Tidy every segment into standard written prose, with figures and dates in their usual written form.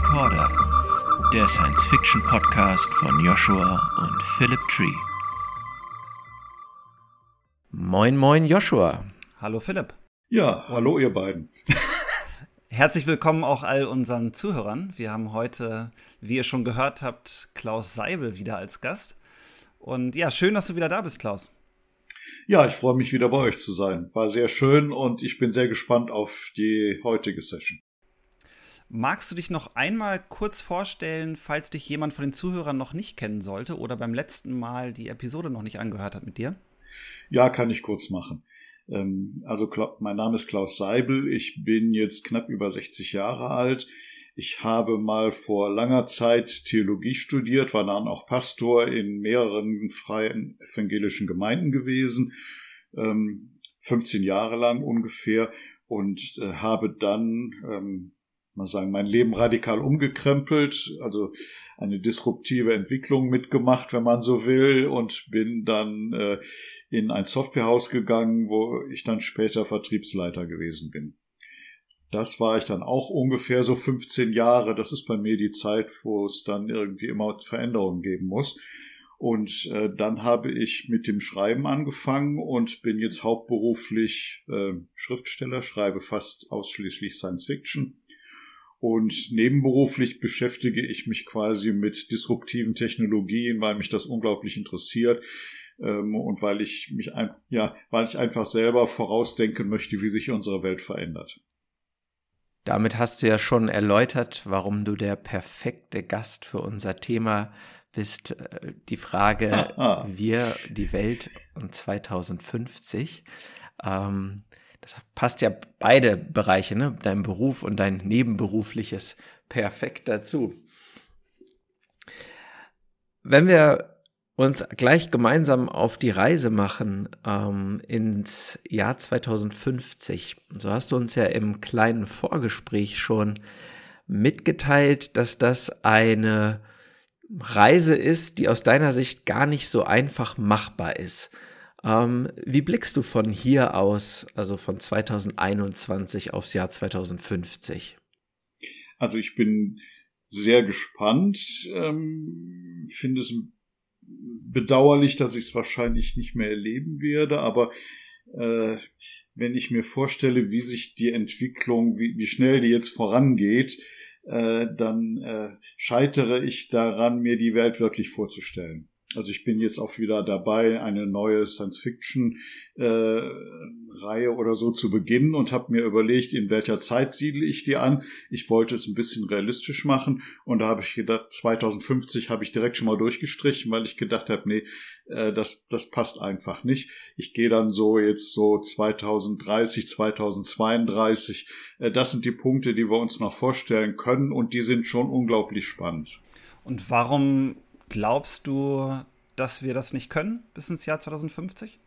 Recorder, der Science-Fiction-Podcast von Joshua und Philip Tree. Moin, moin, Joshua. Hallo, Philipp. Ja, hallo, ihr beiden. Herzlich willkommen auch all unseren Zuhörern. Wir haben heute, wie ihr schon gehört habt, Klaus Seibel wieder als Gast. Und ja, schön, dass du wieder da bist, Klaus. Ja, ich freue mich wieder bei euch zu sein. War sehr schön und ich bin sehr gespannt auf die heutige Session. Magst du dich noch einmal kurz vorstellen, falls dich jemand von den Zuhörern noch nicht kennen sollte oder beim letzten Mal die Episode noch nicht angehört hat mit dir? Ja, kann ich kurz machen. Also mein Name ist Klaus Seibel. Ich bin jetzt knapp über 60 Jahre alt. Ich habe mal vor langer Zeit Theologie studiert, war dann auch Pastor in mehreren freien evangelischen Gemeinden gewesen, 15 Jahre lang ungefähr, und habe dann mein Leben radikal umgekrempelt, also eine disruptive Entwicklung mitgemacht, wenn man so will, und bin dann in ein Softwarehaus gegangen, wo ich dann später Vertriebsleiter gewesen bin. Das war ich dann auch ungefähr so 15 Jahre. Das ist bei mir die Zeit, wo es dann irgendwie immer Veränderungen geben muss. Und dann habe ich mit dem Schreiben angefangen und bin jetzt hauptberuflich Schriftsteller, schreibe fast ausschließlich Science Fiction. Und nebenberuflich beschäftige ich mich quasi mit disruptiven Technologien, weil mich das unglaublich interessiert und weil ich einfach selber vorausdenken möchte, wie sich unsere Welt verändert. Damit hast du ja schon erläutert, warum du der perfekte Gast für unser Thema bist. Die Frage, wir, die Welt und 2050. Das passt ja beide Bereiche, ne? Dein Beruf und dein Nebenberufliches perfekt dazu. Wenn wir uns gleich gemeinsam auf die Reise machen ins Jahr 2050, so hast du uns ja im kleinen Vorgespräch schon mitgeteilt, dass das eine Reise ist, die aus deiner Sicht gar nicht so einfach machbar ist. Wie blickst du von hier aus, also von 2021 aufs Jahr 2050? Also ich bin sehr gespannt, finde es bedauerlich, dass ich es wahrscheinlich nicht mehr erleben werde, aber wenn ich mir vorstelle, wie sich die Entwicklung, wie schnell die jetzt vorangeht, dann scheitere ich daran, mir die Welt wirklich vorzustellen. Also ich bin jetzt auch wieder dabei, eine neue Science-Fiction-Reihe oder so zu beginnen und habe mir überlegt, in welcher Zeit siedle ich die an. Ich wollte es ein bisschen realistisch machen und da habe ich gedacht, 2050 habe ich direkt schon mal durchgestrichen, weil ich gedacht habe, nee, das passt einfach nicht. Ich gehe dann so 2030, 2032. Das sind die Punkte, die wir uns noch vorstellen können und die sind schon unglaublich spannend. Und warum glaubst du, dass wir das nicht können bis ins Jahr 2050?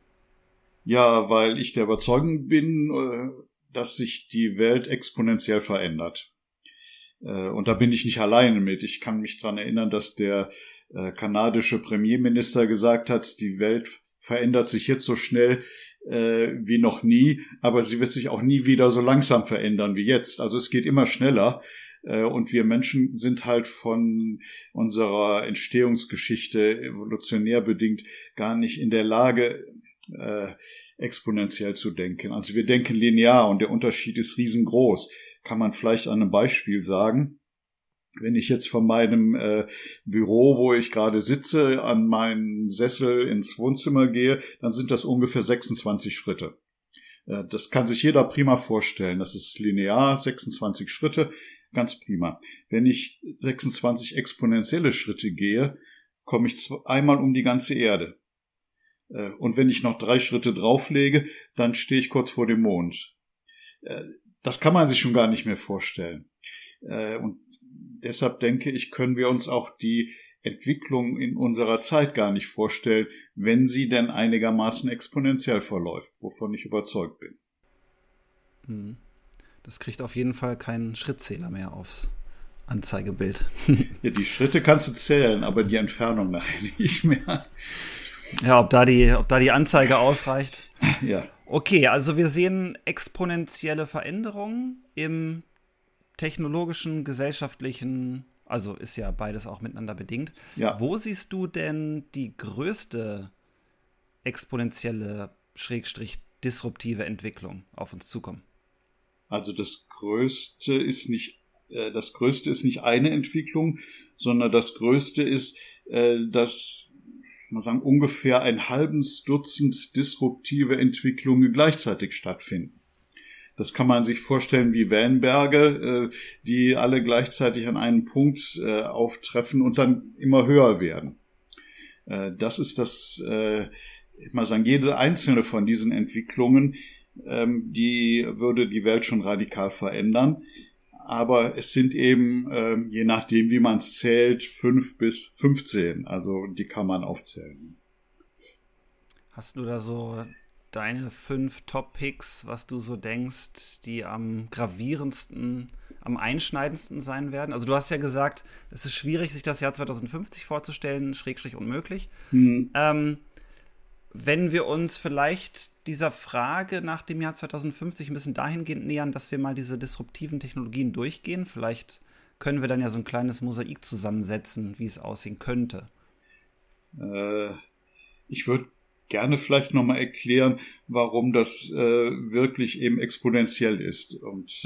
Ja, weil ich der Überzeugung bin, dass sich die Welt exponentiell verändert. Und da bin ich nicht alleine mit. Ich kann mich daran erinnern, dass der kanadische Premierminister gesagt hat, die Welt verändert sich jetzt so schnell wie noch nie, aber sie wird sich auch nie wieder so langsam verändern wie jetzt. Also es geht immer schneller. Und wir Menschen sind halt von unserer Entstehungsgeschichte evolutionär bedingt gar nicht in der Lage, exponentiell zu denken. Also wir denken linear und der Unterschied ist riesengroß. Kann man vielleicht an einem Beispiel sagen. Wenn ich jetzt von meinem Büro, wo ich gerade sitze, an meinen Sessel ins Wohnzimmer gehe, dann sind das ungefähr 26 Schritte. Das kann sich jeder prima vorstellen. Das ist linear, 26 Schritte. Ganz prima. Wenn ich 26 exponentielle Schritte gehe, komme ich einmal um die ganze Erde. Und wenn ich noch 3 Schritte drauflege, dann stehe ich kurz vor dem Mond. Das kann man sich schon gar nicht mehr vorstellen. Und deshalb denke ich, können wir uns auch die Entwicklung in unserer Zeit gar nicht vorstellen, wenn sie denn einigermaßen exponentiell verläuft, wovon ich überzeugt bin. Das kriegt auf jeden Fall keinen Schrittzähler mehr aufs Anzeigebild. Ja, die Schritte kannst du zählen, aber die Entfernung nachher nicht mehr. Ja, ob da die Anzeige ausreicht. Ja. Okay, also wir sehen exponentielle Veränderungen im technologischen, gesellschaftlichen, also ist ja beides auch miteinander bedingt. Ja. Wo siehst du denn die größte exponentielle, disruptive Entwicklung auf uns zukommen? Also das Größte ist nicht eine Entwicklung, sondern das Größte ist, dass ungefähr ein halbes Dutzend disruptive Entwicklungen gleichzeitig stattfinden. Das kann man sich vorstellen wie Wellenberge, die alle gleichzeitig an einem Punkt auftreffen und dann immer höher werden. Das ist jede einzelne von diesen Entwicklungen, die würde die Welt schon radikal verändern. Aber es sind eben, je nachdem, wie man es zählt, 5 bis 15. Also die kann man aufzählen. Hast du da so deine 5 Top-Picks, was du so denkst, die am gravierendsten, am einschneidendsten sein werden? Also du hast ja gesagt, es ist schwierig, sich das Jahr 2050 vorzustellen, / unmöglich. Wenn wir uns vielleicht dieser Frage nach dem Jahr 2050 ein bisschen dahingehend nähern, dass wir mal diese disruptiven Technologien durchgehen, vielleicht können wir dann ja so ein kleines Mosaik zusammensetzen, wie es aussehen könnte. Ich würde gerne vielleicht nochmal erklären, warum das wirklich eben exponentiell ist. Und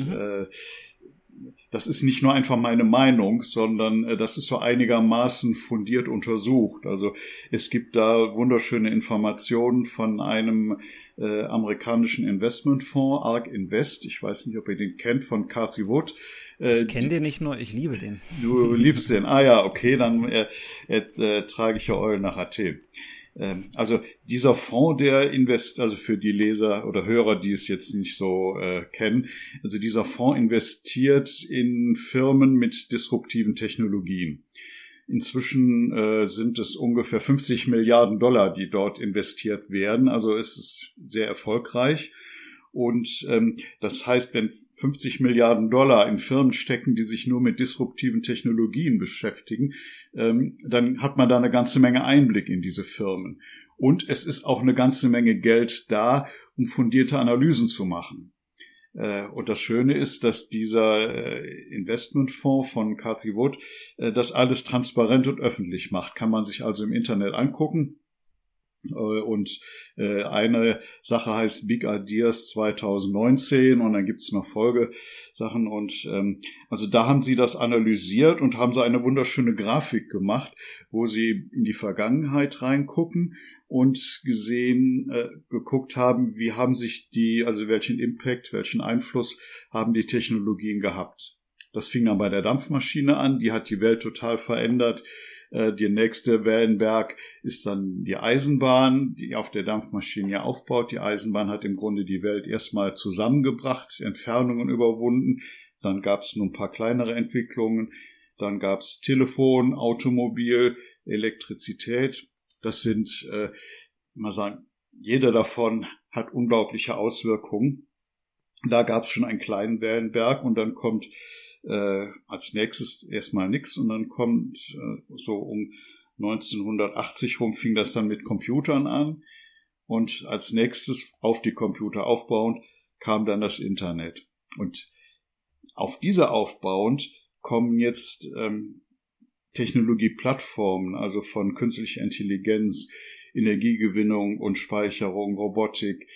das ist nicht nur einfach meine Meinung, sondern das ist so einigermaßen fundiert untersucht. Also es gibt da wunderschöne Informationen von einem amerikanischen Investmentfonds, ARK Invest. Ich weiß nicht, ob ihr den kennt, von Cathie Wood. Ich kenne den nicht nur, ich liebe den. Du liebst den. Ah ja, okay, dann trage ich ja Eulen nach Athen. Also dieser Fonds, also für die Leser oder Hörer, die es jetzt nicht so kennen, also dieser Fonds investiert in Firmen mit disruptiven Technologien. Inzwischen sind es ungefähr 50 Milliarden $, die dort investiert werden. Also es ist sehr erfolgreich. Und das heißt, wenn 50 Milliarden $ in Firmen stecken, die sich nur mit disruptiven Technologien beschäftigen, dann hat man da eine ganze Menge Einblick in diese Firmen. Und es ist auch eine ganze Menge Geld da, um fundierte Analysen zu machen. Und das Schöne ist, dass dieser Investmentfonds von Cathie Wood das alles transparent und öffentlich macht. Kann man sich also im Internet angucken. Und eine Sache heißt Big Ideas 2019 und dann gibt's noch Folgesachen und also da haben sie das analysiert und haben so eine wunderschöne Grafik gemacht, wo sie in die Vergangenheit reingucken und geguckt haben, wie haben sich welchen Impact, welchen Einfluss haben die Technologien gehabt. Das fing dann bei der Dampfmaschine an, die hat die Welt total verändert. Der nächste Wellenberg ist dann die Eisenbahn, die auf der Dampfmaschine ja aufbaut. Die Eisenbahn hat im Grunde die Welt erstmal zusammengebracht, Entfernungen überwunden. Dann gab es nur ein paar kleinere Entwicklungen. Dann gab es Telefon, Automobil, Elektrizität. Das sind, jeder davon hat unglaubliche Auswirkungen. Da gab es schon einen kleinen Wellenberg und dann kommt als nächstes erstmal nichts und dann kommt so um 1980 rum fing das dann mit Computern an und als nächstes auf die Computer aufbauend kam dann das Internet. Und auf diese aufbauend kommen jetzt Technologieplattformen, also von künstlicher Intelligenz, Energiegewinnung und Speicherung, Robotik,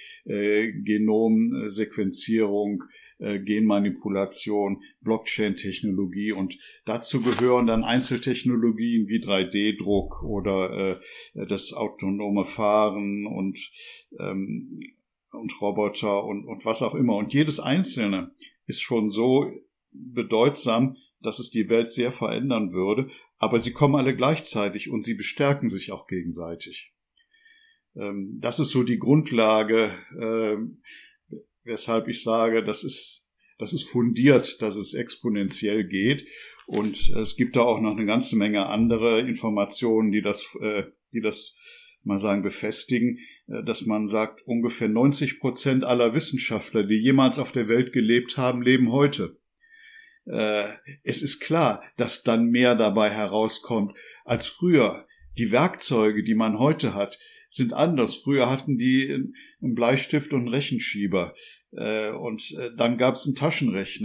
Genomsequenzierung, Genmanipulation, Blockchain-Technologie und dazu gehören dann Einzeltechnologien wie 3D-Druck oder das autonome Fahren und Roboter und was auch immer. Und jedes einzelne ist schon so bedeutsam, dass es die Welt sehr verändern würde, aber sie kommen alle gleichzeitig und sie bestärken sich auch gegenseitig. Das ist so die Grundlage, weshalb ich sage, das ist fundiert, dass es exponentiell geht. Und es gibt da auch noch eine ganze Menge andere Informationen, die das mal sagen befestigen, dass man sagt, ungefähr 90% aller Wissenschaftler, die jemals auf der Welt gelebt haben, leben heute. Es ist klar, dass dann mehr dabei herauskommt als früher. Die Werkzeuge, die man heute hat, sind anders. Früher hatten die einen Bleistift und einen Rechenschieber und dann gab es einen Taschenrechner.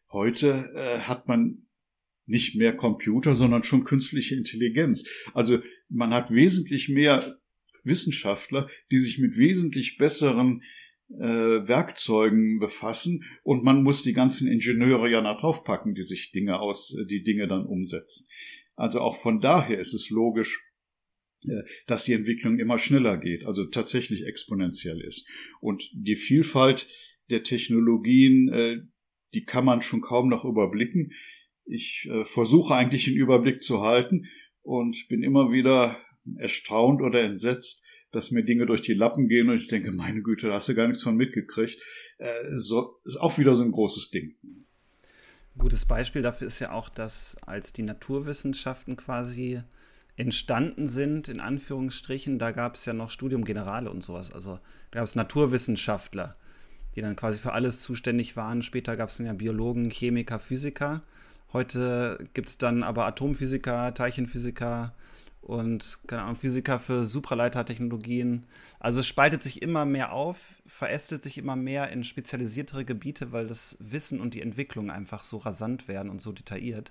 Heute hat man nicht mehr Computer, sondern schon künstliche Intelligenz. Also man hat wesentlich mehr Wissenschaftler, die sich mit wesentlich besseren Werkzeugen befassen, und man muss die ganzen Ingenieure ja noch draufpacken, die die Dinge dann umsetzen. Also auch von daher ist es logisch, dass die Entwicklung immer schneller geht, also tatsächlich exponentiell ist. Und die Vielfalt der Technologien, die kann man schon kaum noch überblicken. Ich versuche eigentlich einen Überblick zu halten und bin immer wieder erstaunt oder entsetzt, dass mir Dinge durch die Lappen gehen und ich denke, meine Güte, da hast du gar nichts von mitgekriegt. So ist auch wieder so ein großes Ding. Ein gutes Beispiel dafür ist ja auch, dass als die Naturwissenschaften quasi entstanden sind, in Anführungsstrichen, da gab es ja noch Studium Generale und sowas. Also da gab es Naturwissenschaftler, die dann quasi für alles zuständig waren. Später gab es dann ja Biologen, Chemiker, Physiker. Heute gibt es dann aber Atomphysiker, Teilchenphysiker und keine Ahnung, Physiker für Supraleitertechnologien. Also es spaltet sich immer mehr auf, verästelt sich immer mehr in spezialisiertere Gebiete, weil das Wissen und die Entwicklung einfach so rasant werden und so detailliert.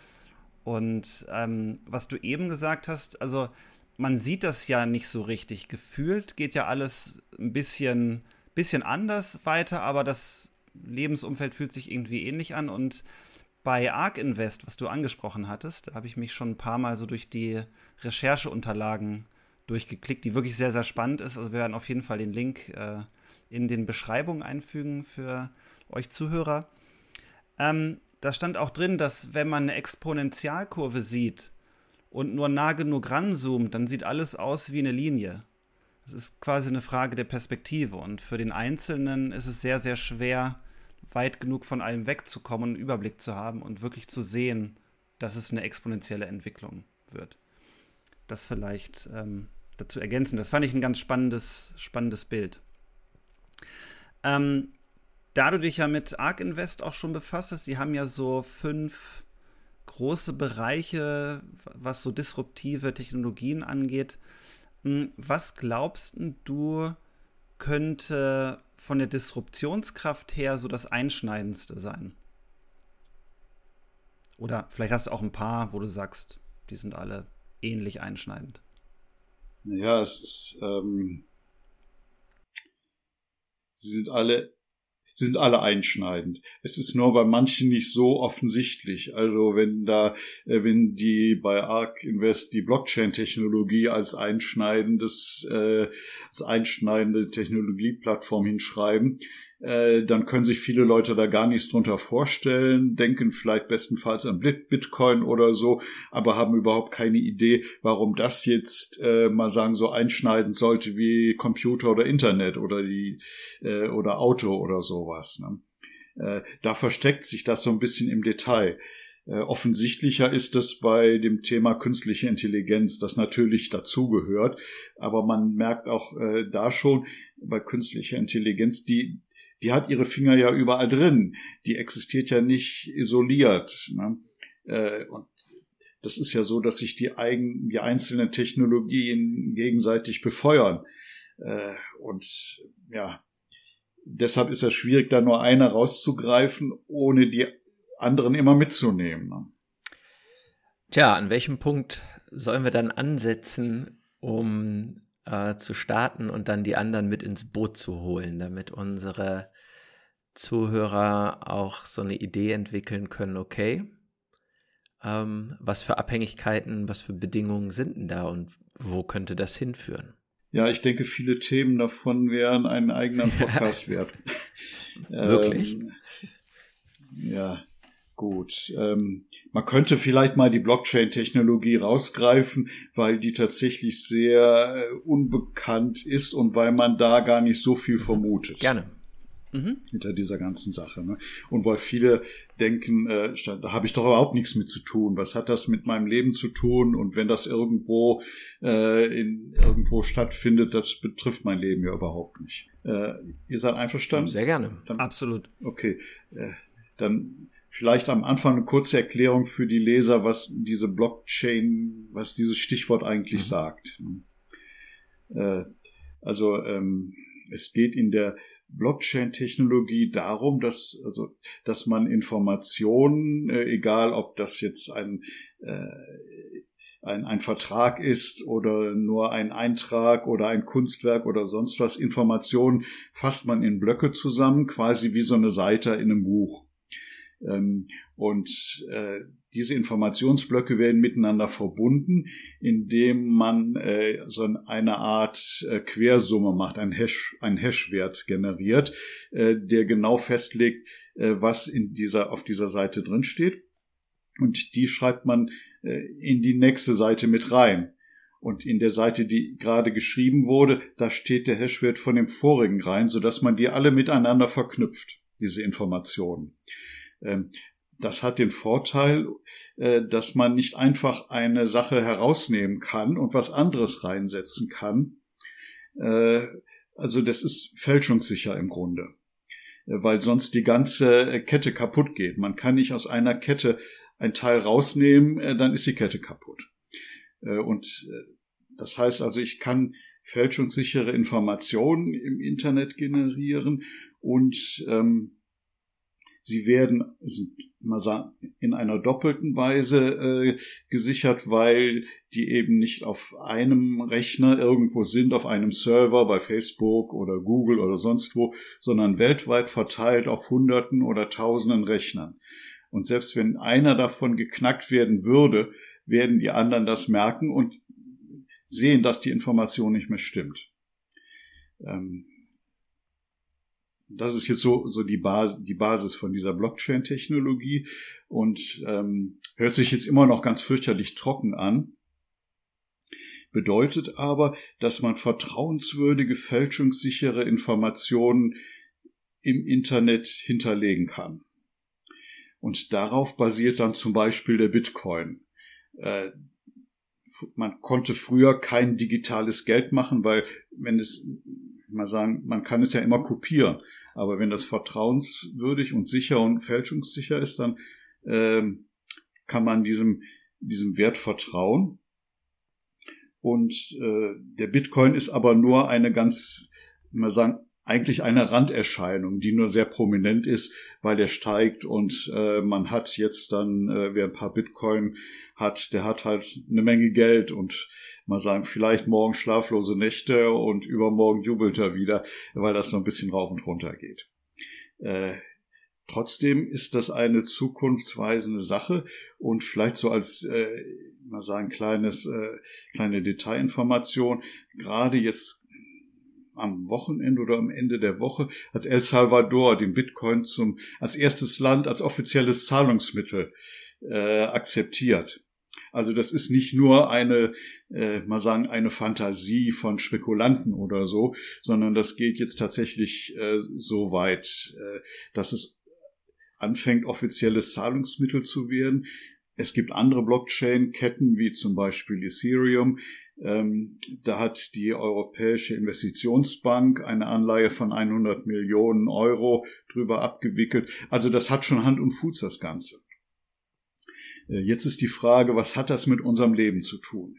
Und was du eben gesagt hast, also man sieht das ja nicht so richtig. Gefühlt geht ja alles ein bisschen anders weiter, aber das Lebensumfeld fühlt sich irgendwie ähnlich an. Und bei ARK Invest, was du angesprochen hattest, da habe ich mich schon ein paar Mal so durch die Rechercheunterlagen durchgeklickt, die wirklich sehr, sehr spannend ist. Also wir werden auf jeden Fall den Link in den Beschreibungen einfügen für euch Zuhörer. Da stand auch drin, dass wenn man eine Exponentialkurve sieht und nur nah genug ranzoomt, dann sieht alles aus wie eine Linie. Das ist quasi eine Frage der Perspektive. Und für den Einzelnen ist es sehr, sehr schwer, weit genug von allem wegzukommen und einen Überblick zu haben und wirklich zu sehen, dass es eine exponentielle Entwicklung wird. Das vielleicht dazu ergänzen. Das fand ich ein ganz spannendes Bild. Da du dich ja mit ARK Invest auch schon befasst hast, die haben ja so 5 große Bereiche, was so disruptive Technologien angeht. Was glaubst du, könnte von der Disruptionskraft her so das Einschneidendste sein? Oder vielleicht hast du auch ein paar, wo du sagst, die sind alle ähnlich einschneidend. Ja, sie sind alle einschneidend. Es ist nur bei manchen nicht so offensichtlich. Also wenn die bei ARK Invest die Blockchain-Technologie als einschneidende Technologieplattform hinschreiben, dann können sich viele Leute da gar nichts drunter vorstellen, denken vielleicht bestenfalls an Bitcoin oder so, aber haben überhaupt keine Idee, warum das jetzt mal sagen so einschneidend sollte wie Computer oder Internet oder Auto oder sowas. Ne? Da versteckt sich das so ein bisschen im Detail. Offensichtlicher ist es bei dem Thema künstliche Intelligenz, das natürlich dazugehört, aber man merkt auch da schon bei künstlicher Intelligenz, die hat ihre Finger ja überall drin. Die existiert ja nicht isoliert. Ne? Und das ist ja so, dass sich die einzelnen Technologien gegenseitig befeuern. Und ja, deshalb ist es schwierig, da nur eine rauszugreifen, ohne die anderen immer mitzunehmen. Ne? Tja, an welchem Punkt sollen wir dann ansetzen, um zu starten und dann die anderen mit ins Boot zu holen, damit unsere Zuhörer auch so eine Idee entwickeln können, okay, was für Abhängigkeiten, was für Bedingungen sind denn da und wo könnte das hinführen? Ja, ich denke, viele Themen davon wären einen eigenen Podcast wert. Wirklich? Ja, gut. Man könnte vielleicht mal die Blockchain-Technologie rausgreifen, weil die tatsächlich sehr unbekannt ist und weil man da gar nicht so viel vermutet. Gerne. Hinter dieser ganzen Sache. Ne? Und weil viele denken, da habe ich doch überhaupt nichts mit zu tun. Was hat das mit meinem Leben zu tun? Und wenn das irgendwo stattfindet, das betrifft mein Leben ja überhaupt nicht. Ihr seid einverstanden? Sehr gerne. Absolut. Okay. Dann vielleicht am Anfang eine kurze Erklärung für die Leser, was diese Blockchain, was dieses Stichwort eigentlich sagt. Es geht in der Blockchain-Technologie darum, dass man Informationen, egal ob das jetzt ein Vertrag ist oder nur ein Eintrag oder ein Kunstwerk oder sonst was, Informationen fasst man in Blöcke zusammen, quasi wie so eine Seite in einem Buch. Und diese Informationsblöcke werden miteinander verbunden, indem man so eine Art Quersumme macht, ein Hashwert generiert, der genau festlegt, was auf dieser Seite drin steht. Und die schreibt man in die nächste Seite mit rein. Und in der Seite, die gerade geschrieben wurde, da steht der Hashwert von dem vorigen rein, sodass man die alle miteinander verknüpft, diese Informationen. Das hat den Vorteil, dass man nicht einfach eine Sache herausnehmen kann und was anderes reinsetzen kann. Also das ist fälschungssicher im Grunde, weil sonst die ganze Kette kaputt geht. Man kann nicht aus einer Kette ein Teil rausnehmen, dann ist die Kette kaputt. Und das heißt also, ich kann fälschungssichere Informationen im Internet generieren und sie werden in einer doppelten Weise gesichert, weil die eben nicht auf einem Rechner irgendwo sind, auf einem Server bei Facebook oder Google oder sonst wo, sondern weltweit verteilt auf Hunderten oder Tausenden Rechnern. Und selbst wenn einer davon geknackt werden würde, werden die anderen das merken und sehen, dass die Information nicht mehr stimmt. Das ist jetzt so die Basis von dieser Blockchain-Technologie und hört sich jetzt immer noch ganz fürchterlich trocken an, bedeutet aber, dass man vertrauenswürdige, fälschungssichere Informationen im Internet hinterlegen kann. Und darauf basiert dann zum Beispiel der Bitcoin. Man konnte früher kein digitales Geld machen, weil man kann es ja immer kopieren. Aber wenn das vertrauenswürdig und sicher und fälschungssicher ist, dann kann man diesem Wert vertrauen. Und der Bitcoin ist aber nur eigentlich eine Randerscheinung, die nur sehr prominent ist, weil der steigt und man hat jetzt dann, wer ein paar Bitcoin hat, der hat halt eine Menge Geld und vielleicht morgen schlaflose Nächte und übermorgen jubelt er wieder, weil das so ein bisschen rauf und runter geht. Trotzdem ist das eine zukunftsweisende Sache und vielleicht so als kleine Detailinformation, gerade jetzt am Wochenende oder am Ende der Woche hat El Salvador den Bitcoin als erstes Land als offizielles Zahlungsmittel akzeptiert. Also das ist nicht nur eine Fantasie von Spekulanten oder so, sondern das geht jetzt tatsächlich so weit, dass es anfängt, offizielles Zahlungsmittel zu werden. Es gibt andere Blockchain-Ketten, wie zum Beispiel Ethereum. Da hat die Europäische Investitionsbank eine Anleihe von 100 Millionen Euro drüber abgewickelt. Also das hat schon Hand und Fuß, das Ganze. Jetzt ist die Frage, was hat das mit unserem Leben zu tun?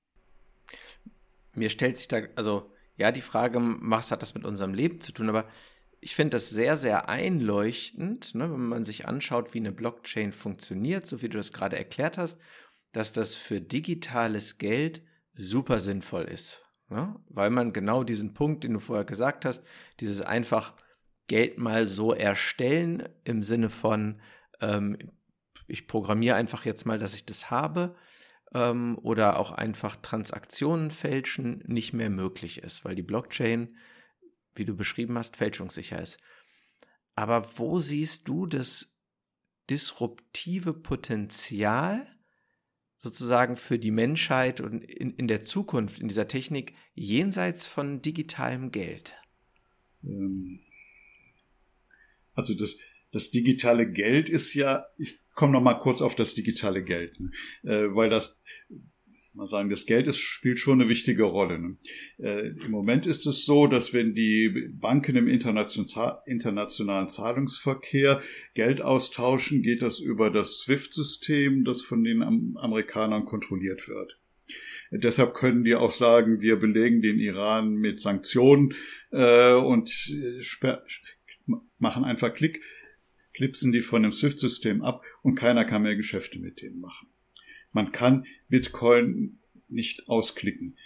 Mir stellt sich die Frage, was hat das mit unserem Leben zu tun? Aber ich finde das sehr, sehr einleuchtend, ne, wenn man sich anschaut, wie eine Blockchain funktioniert, so wie du das gerade erklärt hast, dass das für digitales Geld super sinnvoll ist. Ne? Weil man genau diesen Punkt, den du vorher gesagt hast, dieses einfach Geld mal so erstellen im Sinne von, ich programmiere einfach jetzt mal, dass ich das habe, oder auch einfach Transaktionen fälschen, nicht mehr möglich ist, weil die Blockchain, wie du beschrieben hast, fälschungssicher ist. Aber wo siehst du das disruptive Potenzial sozusagen für die Menschheit und in der Zukunft, in dieser Technik, jenseits von digitalem Geld? Also das digitale Geld ist ja, ich komme noch mal kurz auf das digitale Geld, weil das Geld spielt schon eine wichtige Rolle. Im Moment ist es so, dass wenn die Banken im internationalen Zahlungsverkehr Geld austauschen, geht das über das SWIFT-System, das von den Amerikanern kontrolliert wird. Deshalb können die auch sagen, wir belegen den Iran mit Sanktionen und machen einfach klipsen die von dem SWIFT-System ab und keiner kann mehr Geschäfte mit denen machen. Man kann Bitcoin nicht ausklicken.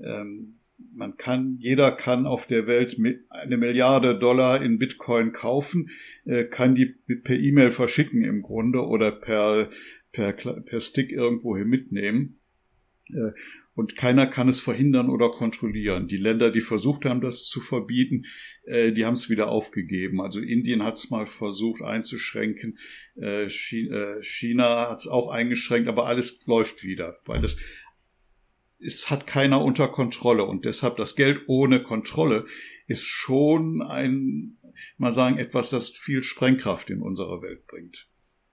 Jeder kann auf der Welt $1 Milliarde in Bitcoin kaufen, kann die per E-Mail verschicken im Grunde oder per Stick irgendwohin mitnehmen. Und keiner kann es verhindern oder kontrollieren. Die Länder, die versucht haben, das zu verbieten, die haben es wieder aufgegeben. Also Indien hat es mal versucht einzuschränken, China hat es auch eingeschränkt, aber alles läuft wieder, weil es hat keiner unter Kontrolle. Und deshalb das Geld ohne Kontrolle ist schon etwas, das viel Sprengkraft in unsere Welt bringt.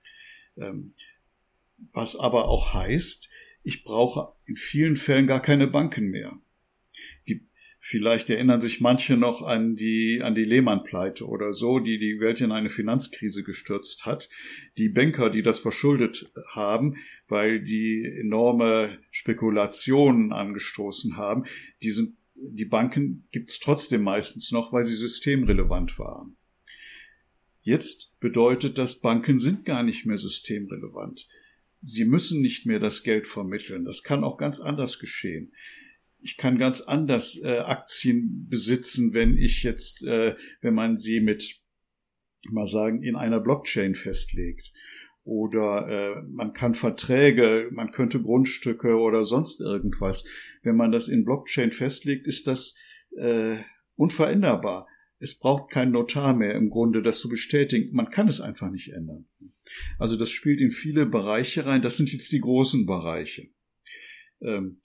Was aber auch heißt, ich brauche in vielen Fällen gar keine Banken mehr. Vielleicht erinnern sich manche noch an die Lehman-Pleite oder so, die Welt in eine Finanzkrise gestürzt hat. Die Banker, die das verschuldet haben, weil die enorme Spekulationen angestoßen haben, die Banken gibt's trotzdem meistens noch, weil sie systemrelevant waren. Jetzt bedeutet das, Banken sind gar nicht mehr systemrelevant. Sie müssen nicht mehr das Geld vermitteln. Das kann auch ganz anders geschehen. Ich kann ganz anders Aktien besitzen, wenn man sie in einer Blockchain festlegt. Oder man kann Verträge, man könnte Grundstücke oder sonst irgendwas. Wenn man das in Blockchain festlegt, ist das unveränderbar. Es braucht keinen Notar mehr im Grunde, das zu bestätigen. Man kann es einfach nicht ändern. Also das spielt in viele Bereiche rein. Das sind jetzt die großen Bereiche. Wenn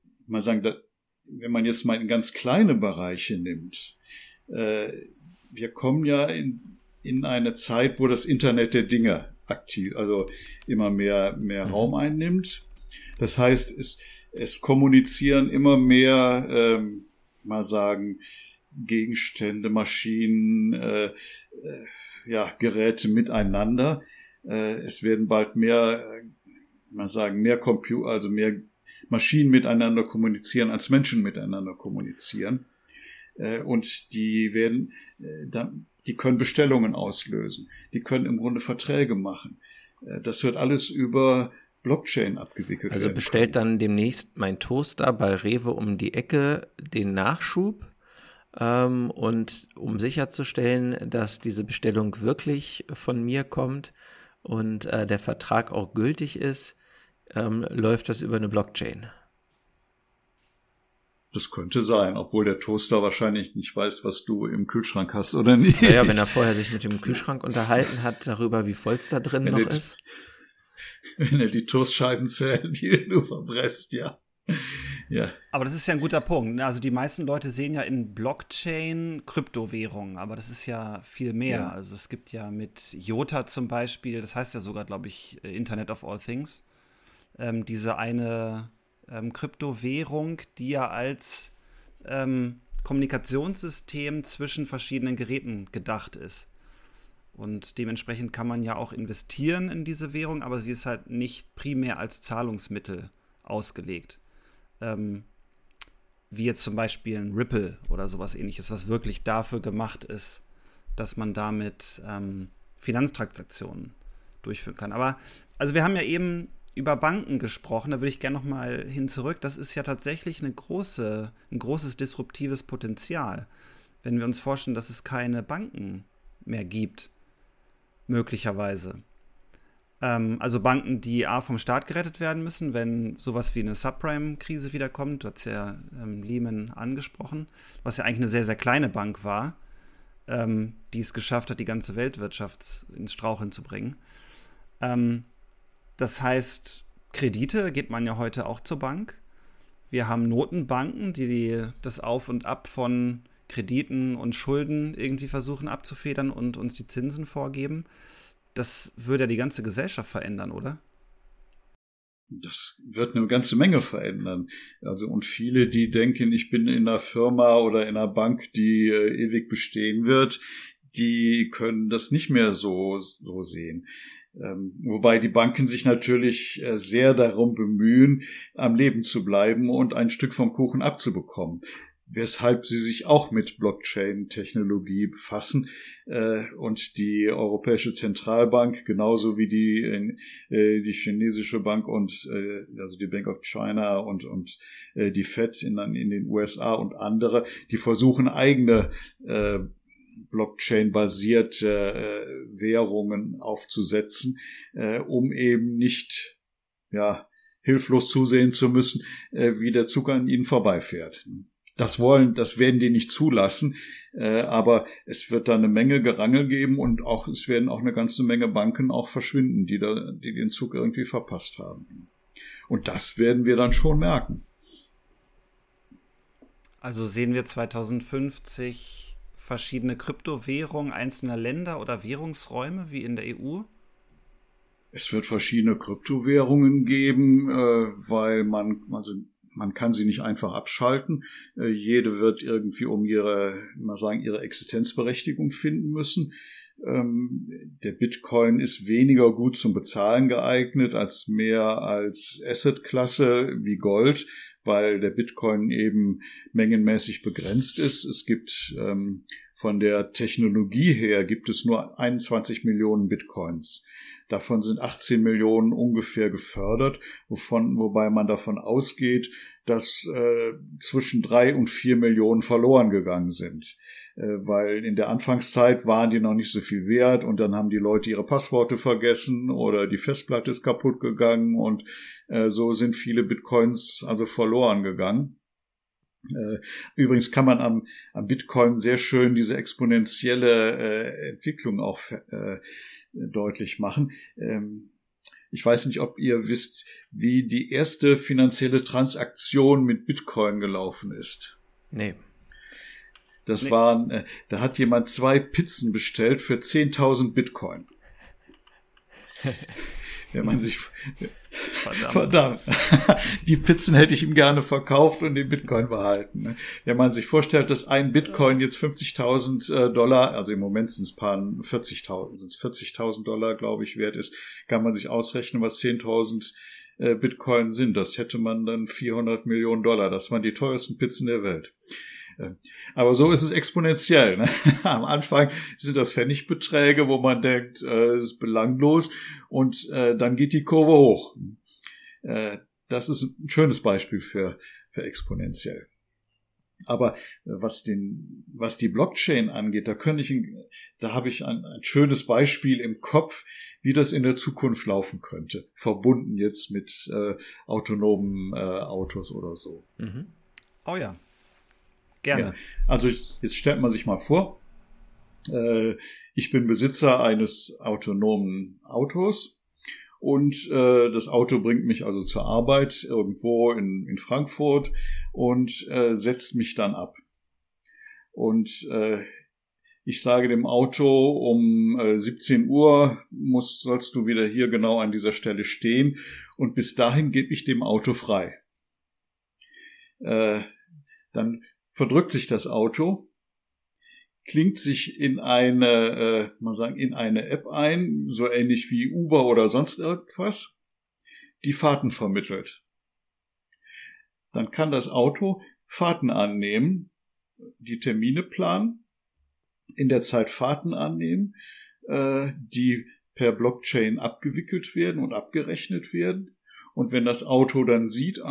man jetzt mal in ganz kleine Bereiche nimmt, wir kommen ja in eine Zeit, wo das Internet der Dinge aktiv, also immer mehr Raum einnimmt. Das heißt, es kommunizieren immer mehr, Gegenstände, Maschinen, Geräte miteinander. Es werden bald mehr Maschinen miteinander kommunizieren, als Menschen miteinander kommunizieren. Und die können Bestellungen auslösen. Die können im Grunde Verträge machen. Das wird alles über Blockchain abgewickelt. Also bestellt dann demnächst mein Toaster bei Rewe um die Ecke den Nachschub. Und um sicherzustellen, dass diese Bestellung wirklich von mir kommt und der Vertrag auch gültig ist, läuft das über eine Blockchain. Das könnte sein, obwohl der Toaster wahrscheinlich nicht weiß, was du im Kühlschrank hast oder nicht. Naja, wenn er vorher sich mit dem Kühlschrank unterhalten hat, darüber, wie voll es da drin noch ist. Wenn er die Toastscheiben zählt, die du verbrennst, ja. Ja. Aber das ist ja ein guter Punkt. Also die meisten Leute sehen ja in Blockchain Kryptowährungen, aber das ist ja viel mehr. Ja. Also es gibt ja mit IOTA zum Beispiel, das heißt ja sogar, glaube ich, Internet of All Things, diese eine Kryptowährung, die ja als Kommunikationssystem zwischen verschiedenen Geräten gedacht ist. Und dementsprechend kann man ja auch investieren in diese Währung, aber sie ist halt nicht primär als Zahlungsmittel ausgelegt. Wie jetzt zum Beispiel ein Ripple oder sowas ähnliches, was wirklich dafür gemacht ist, dass man damit Finanztransaktionen durchführen kann. Aber also wir haben ja eben über Banken gesprochen, da würde ich gerne noch mal hin zurück. Das ist ja tatsächlich ein großes disruptives Potenzial. Wenn wir uns vorstellen, dass es keine Banken mehr gibt, möglicherweise. Also Banken, die vom Staat gerettet werden müssen, wenn sowas wie eine Subprime-Krise wiederkommt. Du hast ja Lehman angesprochen, was ja eigentlich eine sehr, sehr kleine Bank war, die es geschafft hat, die ganze Weltwirtschaft ins Straucheln zu bringen. Das heißt, Kredite geht man ja heute auch zur Bank. Wir haben Notenbanken, die das Auf und Ab von Krediten und Schulden irgendwie versuchen abzufedern und uns die Zinsen vorgeben. Das würde ja die ganze Gesellschaft verändern, oder? Das wird eine ganze Menge verändern. Also und viele, die denken, ich bin in einer Firma oder in einer Bank, die ewig bestehen wird, die können das nicht mehr so sehen. Wobei die Banken sich natürlich sehr darum bemühen, am Leben zu bleiben und ein Stück vom Kuchen abzubekommen. Weshalb sie sich auch mit Blockchain-Technologie befassen und die Europäische Zentralbank genauso wie die chinesische Bank und also die Bank of China und die Fed in den USA und andere, die versuchen eigene Blockchain-basierte Währungen aufzusetzen, um eben nicht hilflos zusehen zu müssen, wie der Zug an ihnen vorbeifährt. Das werden die nicht zulassen, aber es wird da eine Menge Gerangel geben und es werden auch eine ganze Menge Banken auch verschwinden, die den Zug irgendwie verpasst haben. Und das werden wir dann schon merken. Also sehen wir 2050 verschiedene Kryptowährungen einzelner Länder oder Währungsräume wie in der EU? Es wird verschiedene Kryptowährungen geben, weil man kann sie nicht einfach abschalten. Jede wird irgendwie ihre Existenzberechtigung finden müssen. Der Bitcoin ist weniger gut zum Bezahlen geeignet mehr als Assetklasse wie Gold, weil der Bitcoin eben mengenmäßig begrenzt ist. Es gibt von der Technologie her gibt es nur 21 Millionen Bitcoins. Davon sind 18 Millionen ungefähr gefördert, wobei man davon ausgeht, dass zwischen 3 und 4 Millionen verloren gegangen sind. Weil in der Anfangszeit waren die noch nicht so viel wert und dann haben die Leute ihre Passworte vergessen oder die Festplatte ist kaputt gegangen und so sind viele Bitcoins also verloren gegangen. Übrigens kann man am Bitcoin sehr schön diese exponentielle Entwicklung auch deutlich machen. Ich weiß nicht, ob ihr wisst, wie die erste finanzielle Transaktion mit Bitcoin gelaufen ist. Nee. Da hat jemand 2 Pizzen bestellt für 10.000 Bitcoin. Wenn man sich Verdammt. Die Pizzen hätte ich ihm gerne verkauft und den Bitcoin behalten. Wenn man sich vorstellt, dass ein Bitcoin jetzt $50.000, also im Moment sind es 40.000 Dollar, glaube ich, wert ist, kann man sich ausrechnen, was 10.000 Bitcoin sind. Das hätte man dann $400 Millionen. Das waren die teuersten Pizzen der Welt. Aber so ist es exponentiell. Ne? Am Anfang sind das Pfennigbeträge, wo man denkt, es ist belanglos und dann geht die Kurve hoch. Das ist ein schönes Beispiel für exponentiell. Aber was die Blockchain angeht, da habe ich ein schönes Beispiel im Kopf, wie das in der Zukunft laufen könnte. Verbunden jetzt mit autonomen Autos oder so. Mhm. Oh ja. Gerne. Ja, also jetzt stellt man sich mal vor, ich bin Besitzer eines autonomen Autos und das Auto bringt mich also zur Arbeit irgendwo in Frankfurt und setzt mich dann ab. Und ich sage dem Auto, um 17 Uhr sollst du wieder hier genau an dieser Stelle stehen und bis dahin gebe ich dem Auto frei. Dann verdrückt sich das Auto, klingt sich in eine App ein, so ähnlich wie Uber oder sonst irgendwas, die Fahrten vermittelt. Dann kann das Auto Fahrten annehmen, die Termine planen, in der Zeit Fahrten annehmen, die per Blockchain abgewickelt werden und abgerechnet werden. Und wenn das Auto dann sieht,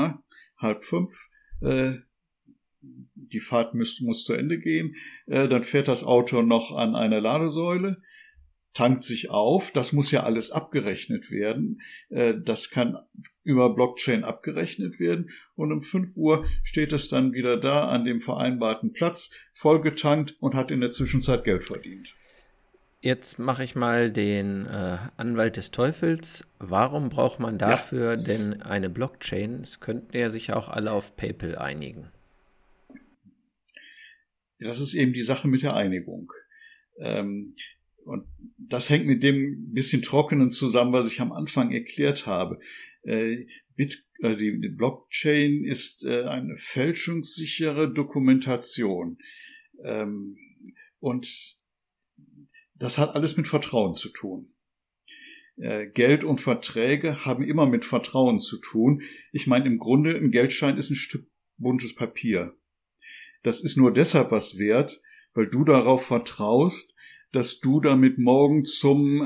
4:30, die Fahrt muss zu Ende gehen, dann fährt das Auto noch an eine Ladesäule, tankt sich auf, das muss ja alles abgerechnet werden, das kann über Blockchain abgerechnet werden und um 5 Uhr steht es dann wieder da an dem vereinbarten Platz, vollgetankt und hat in der Zwischenzeit Geld verdient. Jetzt mache ich mal den Anwalt des Teufels. Warum braucht man dafür denn eine Blockchain? Es könnten ja sich auch alle auf PayPal einigen. Das ist eben die Sache mit der Einigung. Und das hängt mit dem bisschen Trockenen zusammen, was ich am Anfang erklärt habe. Die Blockchain ist eine fälschungssichere Dokumentation. Und Das hat alles mit Vertrauen zu tun. Geld und Verträge haben immer mit Vertrauen zu tun. Ich meine, im Grunde, ein Geldschein ist ein Stück buntes Papier. Das ist nur deshalb was wert, weil du darauf vertraust, dass du damit morgen zum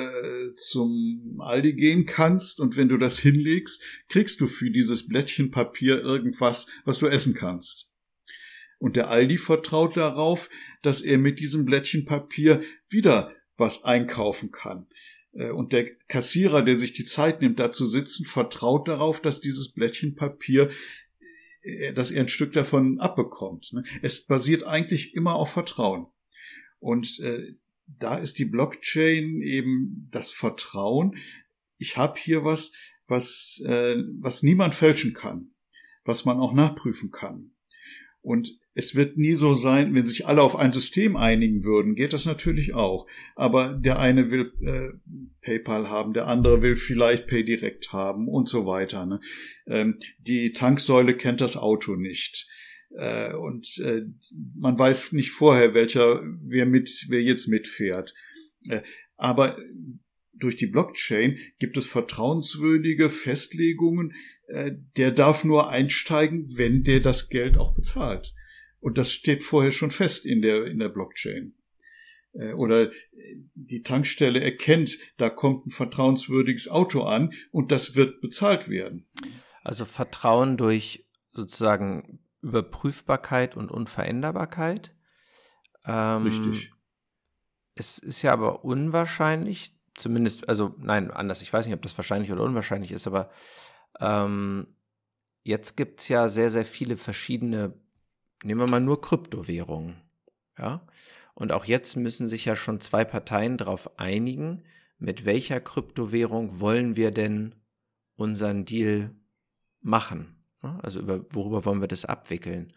Aldi gehen kannst, und wenn du das hinlegst, kriegst du für dieses Blättchen Papier irgendwas, was du essen kannst. Und der Aldi vertraut darauf, dass er mit diesem Blättchen Papier wieder was einkaufen kann. Und der Kassierer, der sich die Zeit nimmt, da zu sitzen, vertraut darauf, dass dieses Blättchen Papier, dass er ein Stück davon abbekommt. Es basiert eigentlich immer auf Vertrauen. Und da ist die Blockchain eben das Vertrauen. Ich habe hier was niemand fälschen kann, was man auch nachprüfen kann. Und es wird nie so sein, wenn sich alle auf ein System einigen würden, geht das natürlich auch. Aber der eine will PayPal haben, der andere will vielleicht PayDirect haben und so weiter. Ne? Die Tanksäule kennt das Auto nicht. Und man weiß nicht vorher, wer jetzt mitfährt. Aber durch die Blockchain gibt es vertrauenswürdige Festlegungen. Der darf nur einsteigen, wenn der das Geld auch bezahlt. Und das steht vorher schon fest in der Blockchain. Oder die Tankstelle erkennt, da kommt ein vertrauenswürdiges Auto an und das wird bezahlt werden. Also Vertrauen durch sozusagen Überprüfbarkeit und Unveränderbarkeit. Richtig. Es ist ja aber unwahrscheinlich, zumindest, also nein, anders, ich weiß nicht, ob das wahrscheinlich oder unwahrscheinlich ist, aber jetzt gibt es ja sehr, sehr viele verschiedene, nehmen wir mal nur Kryptowährungen, ja, und auch jetzt müssen sich ja schon 2 Parteien darauf einigen, mit welcher Kryptowährung wollen wir denn unseren Deal machen. Also worüber wollen wir das abwickeln?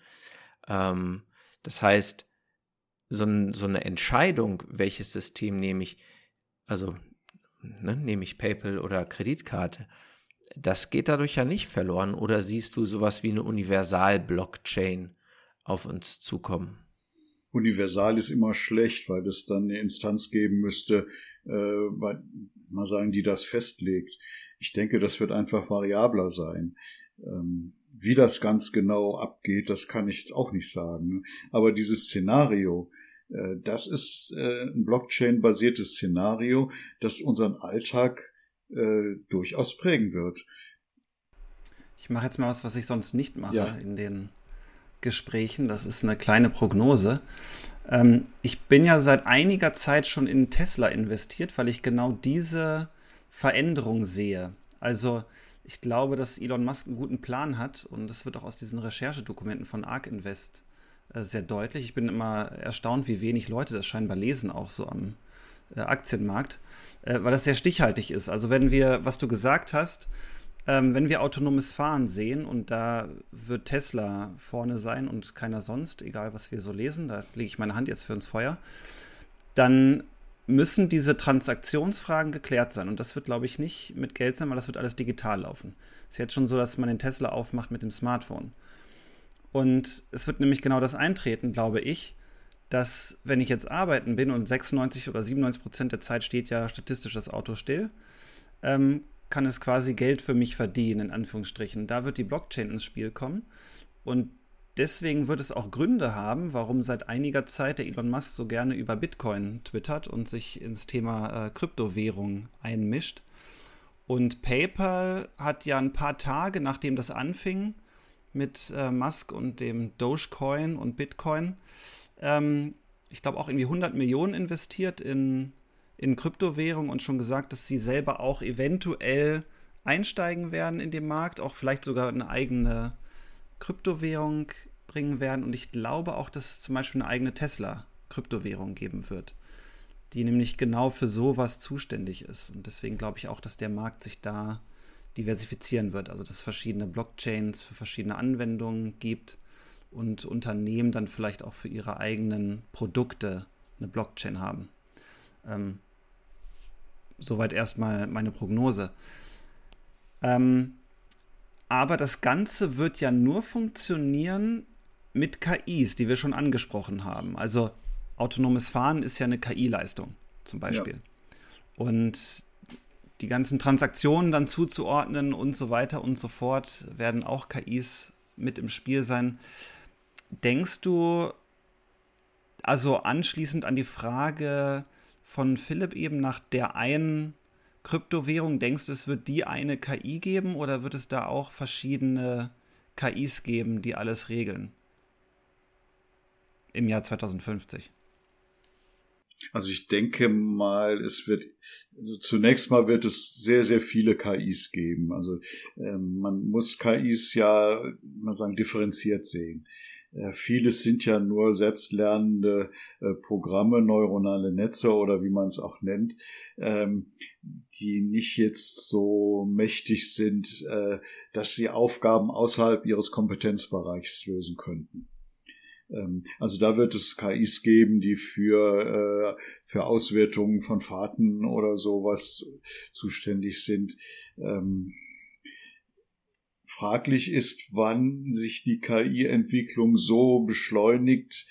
Das heißt, so eine Entscheidung, welches System nehme ich, also nehme ich PayPal oder Kreditkarte, das geht dadurch ja nicht verloren. Oder siehst du sowas wie eine Universal-Blockchain auf uns zukommen? Universal ist immer schlecht, weil es dann eine Instanz geben müsste, mal sagen, die das festlegt. Ich denke, das wird einfach variabler sein. Wie das ganz genau abgeht, das kann ich jetzt auch nicht sagen. Aber dieses Szenario, das ist ein Blockchain-basiertes Szenario, das unseren Alltag durchaus prägen wird. Ich mache jetzt mal was ich sonst nicht mache in den Gesprächen. Das ist eine kleine Prognose. Ich bin ja seit einiger Zeit schon in Tesla investiert, weil ich genau diese Veränderung sehe. Also ich glaube, dass Elon Musk einen guten Plan hat und das wird auch aus diesen Recherchedokumenten von ARK Invest sehr deutlich. Ich bin immer erstaunt, wie wenig Leute das scheinbar lesen, auch so am Aktienmarkt, weil das sehr stichhaltig ist. Also wenn wir, was du gesagt hast, wenn wir autonomes Fahren sehen und da wird Tesla vorne sein und keiner sonst, egal was wir so lesen, da lege ich meine Hand jetzt für ins Feuer, dann müssen diese Transaktionsfragen geklärt sein. Und das wird, glaube ich, nicht mit Geld sein, weil das wird alles digital laufen. Es ist jetzt schon so, dass man den Tesla aufmacht mit dem Smartphone. Und es wird nämlich genau das eintreten, glaube ich, dass, wenn ich jetzt arbeiten bin und 96 oder 97% der Zeit steht ja statistisch das Auto still, kann es quasi Geld für mich verdienen, in Anführungsstrichen. Da wird die Blockchain ins Spiel kommen. Und deswegen wird es auch Gründe haben, warum seit einiger Zeit der Elon Musk so gerne über Bitcoin twittert und sich ins Thema Kryptowährung einmischt. Und PayPal hat ja ein paar Tage, nachdem das anfing, mit Musk und dem Dogecoin und Bitcoin, ich glaube auch irgendwie 100 Millionen investiert in Kryptowährung und schon gesagt, dass sie selber auch eventuell einsteigen werden in den Markt, auch vielleicht sogar eine eigene Kryptowährung bringen werden. Und ich glaube auch, dass es zum Beispiel eine eigene Tesla-Kryptowährung geben wird, die nämlich genau für sowas zuständig ist. Und deswegen glaube ich auch, dass der Markt sich da diversifizieren wird. Also dass es verschiedene Blockchains für verschiedene Anwendungen gibt und Unternehmen dann vielleicht auch für ihre eigenen Produkte eine Blockchain haben. Soweit erstmal meine Prognose. Aber das Ganze wird ja nur funktionieren mit KIs, die wir schon angesprochen haben. Also autonomes Fahren ist ja eine KI-Leistung. zum Beispiel. Und die ganzen Transaktionen dann zuzuordnen und so weiter und so fort, werden auch KIs mit im Spiel sein. Denkst du, also anschließend an die Frage von Philipp eben nach der einen Kryptowährung, denkst du, es wird die eine KI geben oder wird es da auch verschiedene KIs geben, die alles regeln im Jahr 2050? Also ich denke mal, zunächst mal wird es sehr, sehr viele KIs geben. Also man muss KIs ja, mal sagen, differenziert sehen. Vieles sind ja nur selbstlernende Programme, neuronale Netze oder wie man es auch nennt, die nicht jetzt so mächtig sind, dass sie Aufgaben außerhalb ihres Kompetenzbereichs lösen könnten. Also da wird es KIs geben, die für Auswertungen von Fahrten oder sowas zuständig sind. Fraglich ist, wann sich die KI-Entwicklung so beschleunigt,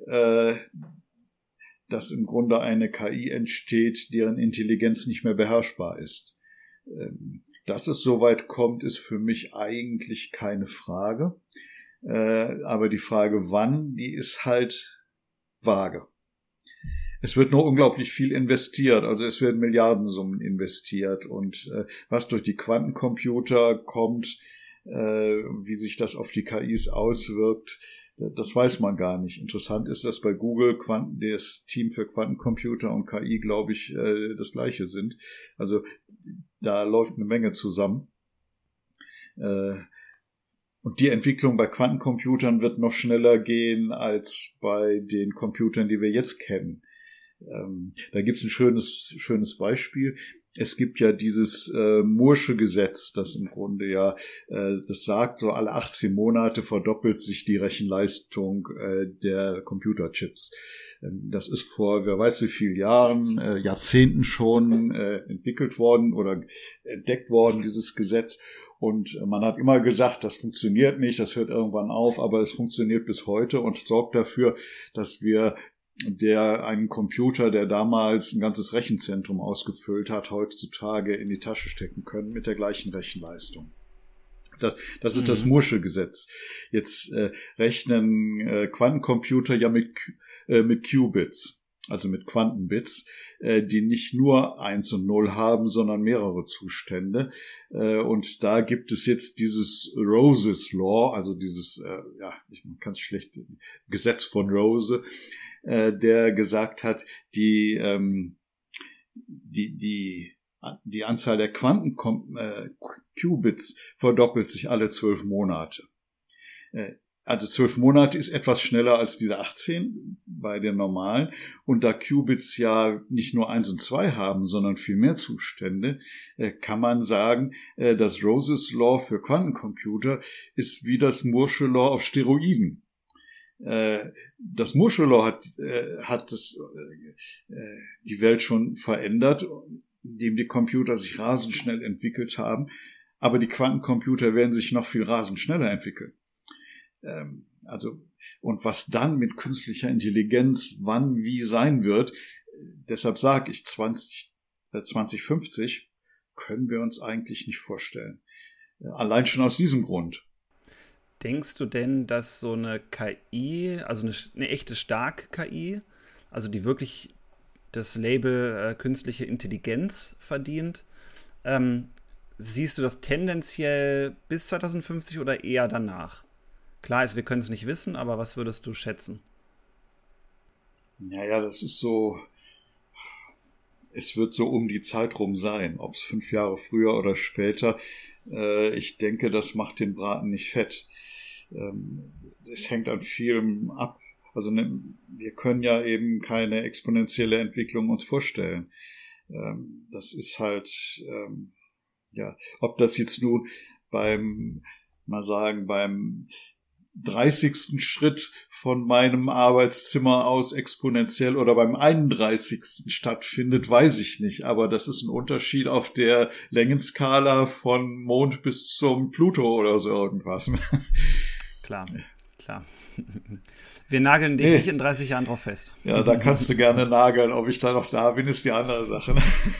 dass im Grunde eine KI entsteht, deren Intelligenz nicht mehr beherrschbar ist. Dass es so weit kommt, ist für mich eigentlich keine Frage. Aber die Frage, wann, die ist halt vage. Es wird nur unglaublich viel investiert, also es werden Milliardensummen investiert und was durch die Quantencomputer kommt, wie sich das auf die KIs auswirkt, das weiß man gar nicht. Interessant ist, dass bei Google das Team für Quantencomputer und KI, glaube ich, das gleiche sind. Also da läuft eine Menge zusammen. Und die Entwicklung bei Quantencomputern wird noch schneller gehen als bei den Computern, die wir jetzt kennen. Da gibt es ein schönes Beispiel. Es gibt ja dieses Moore'sche Gesetz, das im Grunde ja, das sagt, so alle 18 Monate verdoppelt sich die Rechenleistung der Computerchips. Das ist vor, wer weiß wie vielen Jahren, Jahrzehnten schon entwickelt worden oder entdeckt worden, dieses Gesetz. Und man hat immer gesagt, das funktioniert nicht, das hört irgendwann auf, aber es funktioniert bis heute und sorgt dafür, dass wir einen Computer, der damals ein ganzes Rechenzentrum ausgefüllt hat, heutzutage in die Tasche stecken können mit der gleichen Rechenleistung. Das ist das Moore'sche Gesetz. Jetzt rechnen Quantencomputer ja mit Qubits. Also mit Quantenbits, die nicht nur 1 und 0 haben, sondern mehrere Zustände. Und da gibt es jetzt dieses Rose's Law, also dieses, man kann es schlecht, Gesetz von Rose, der gesagt hat, die Anzahl der Quantenqubits verdoppelt sich alle 12 Monate. Also 12 Monate ist etwas schneller als diese 18 bei den normalen. Und da Qubits ja nicht nur 1 und 2 haben, sondern viel mehr Zustände, kann man sagen, das Rose's Law für Quantencomputer ist wie das Moore'sche Law auf Steroiden. Das Moore'sche Law hat die Welt schon verändert, indem die Computer sich rasend schnell entwickelt haben. Aber die Quantencomputer werden sich noch viel rasend schneller entwickeln. Und was dann mit künstlicher Intelligenz wann wie sein wird, deshalb sage ich 2050 können wir uns eigentlich nicht vorstellen. Allein schon aus diesem Grund. Denkst du denn, dass so eine KI, also eine echte starke KI, also die wirklich das Label künstliche Intelligenz verdient, siehst du das tendenziell bis 2050 oder eher danach? Klar ist, wir können es nicht wissen, aber was würdest du schätzen? Naja, das ist so, es wird so um die Zeit rum sein, ob es 5 Jahre früher oder später. Ich denke, das macht den Braten nicht fett. Es hängt an vielem ab. Also wir können ja eben keine exponentielle Entwicklung uns vorstellen. Das ist halt, ob das jetzt nun beim 30. Schritt von meinem Arbeitszimmer aus exponentiell oder beim 31. stattfindet, weiß ich nicht. Aber das ist ein Unterschied auf der Längenskala von Mond bis zum Pluto oder so irgendwas. Klar. Klar. Wir nageln dich nicht in 30 Jahren drauf fest. Ja, da kannst du gerne nageln. Ob ich da noch da bin, ist die andere Sache.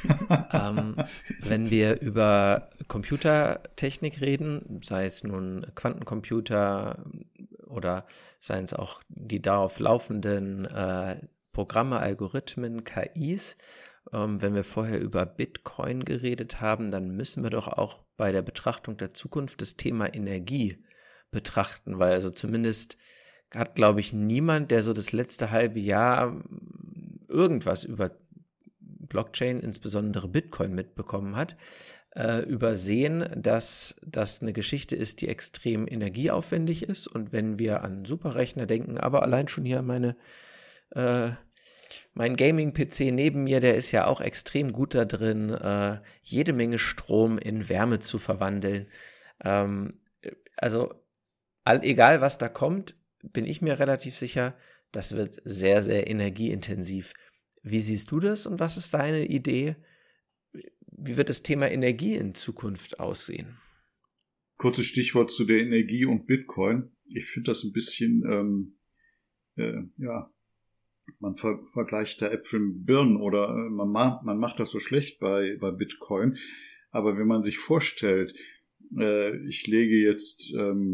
Wenn wir über Computertechnik reden, sei es nun Quantencomputer oder seien es auch die darauf laufenden Programme, Algorithmen, KIs, wenn wir vorher über Bitcoin geredet haben, dann müssen wir doch auch bei der Betrachtung der Zukunft das Thema Energie betrachten, weil also zumindest hat, glaube ich, niemand, der so das letzte halbe Jahr irgendwas über Blockchain, insbesondere Bitcoin, mitbekommen hat, übersehen, dass das eine Geschichte ist, die extrem energieaufwendig ist. Und wenn wir an Superrechner denken, aber allein schon hier mein Gaming-PC neben mir, der ist ja auch extrem gut da drin, jede Menge Strom in Wärme zu verwandeln. Egal was da kommt, bin ich mir relativ sicher, das wird sehr, sehr energieintensiv. Wie siehst du das und was ist deine Idee? Wie wird das Thema Energie in Zukunft aussehen? Kurzes Stichwort zu der Energie und Bitcoin. Ich finde das ein bisschen, man vergleicht da Äpfel mit Birnen oder man macht das so schlecht bei Bitcoin. Aber wenn man sich vorstellt, ich lege jetzt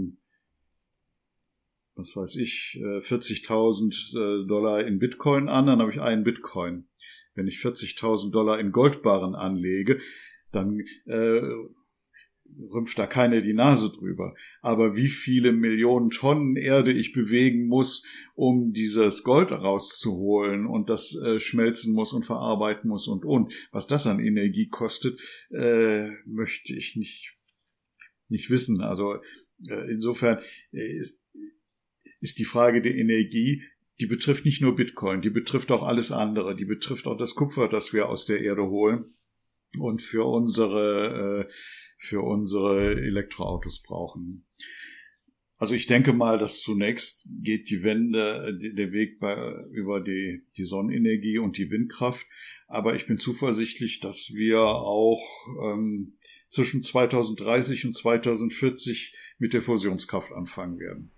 40.000 Dollar in Bitcoin an, dann habe ich einen Bitcoin. Wenn ich 40.000 Dollar in Goldbarren anlege, dann rümpft da keiner die Nase drüber. Aber wie viele Millionen Tonnen Erde ich bewegen muss, um dieses Gold rauszuholen und das schmelzen muss und verarbeiten muss und was das an Energie kostet, möchte ich nicht wissen. Also insofern ist die Frage der Energie, die betrifft nicht nur Bitcoin, die betrifft auch alles andere, die betrifft auch das Kupfer, das wir aus der Erde holen und für unsere Elektroautos brauchen. Also ich denke mal, dass zunächst geht der Weg über die Sonnenenergie und die Windkraft, aber ich bin zuversichtlich, dass wir auch zwischen 2030 und 2040 mit der Fusionskraft anfangen werden.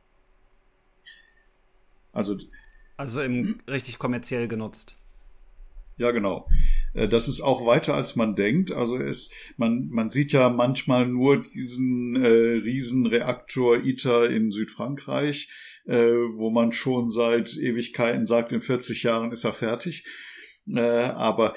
Also richtig kommerziell genutzt. Ja, genau. Das ist auch weiter, als man denkt. Also man sieht ja manchmal nur diesen Riesenreaktor ITER in Südfrankreich, wo man schon seit Ewigkeiten sagt, in 40 Jahren ist er fertig. Aber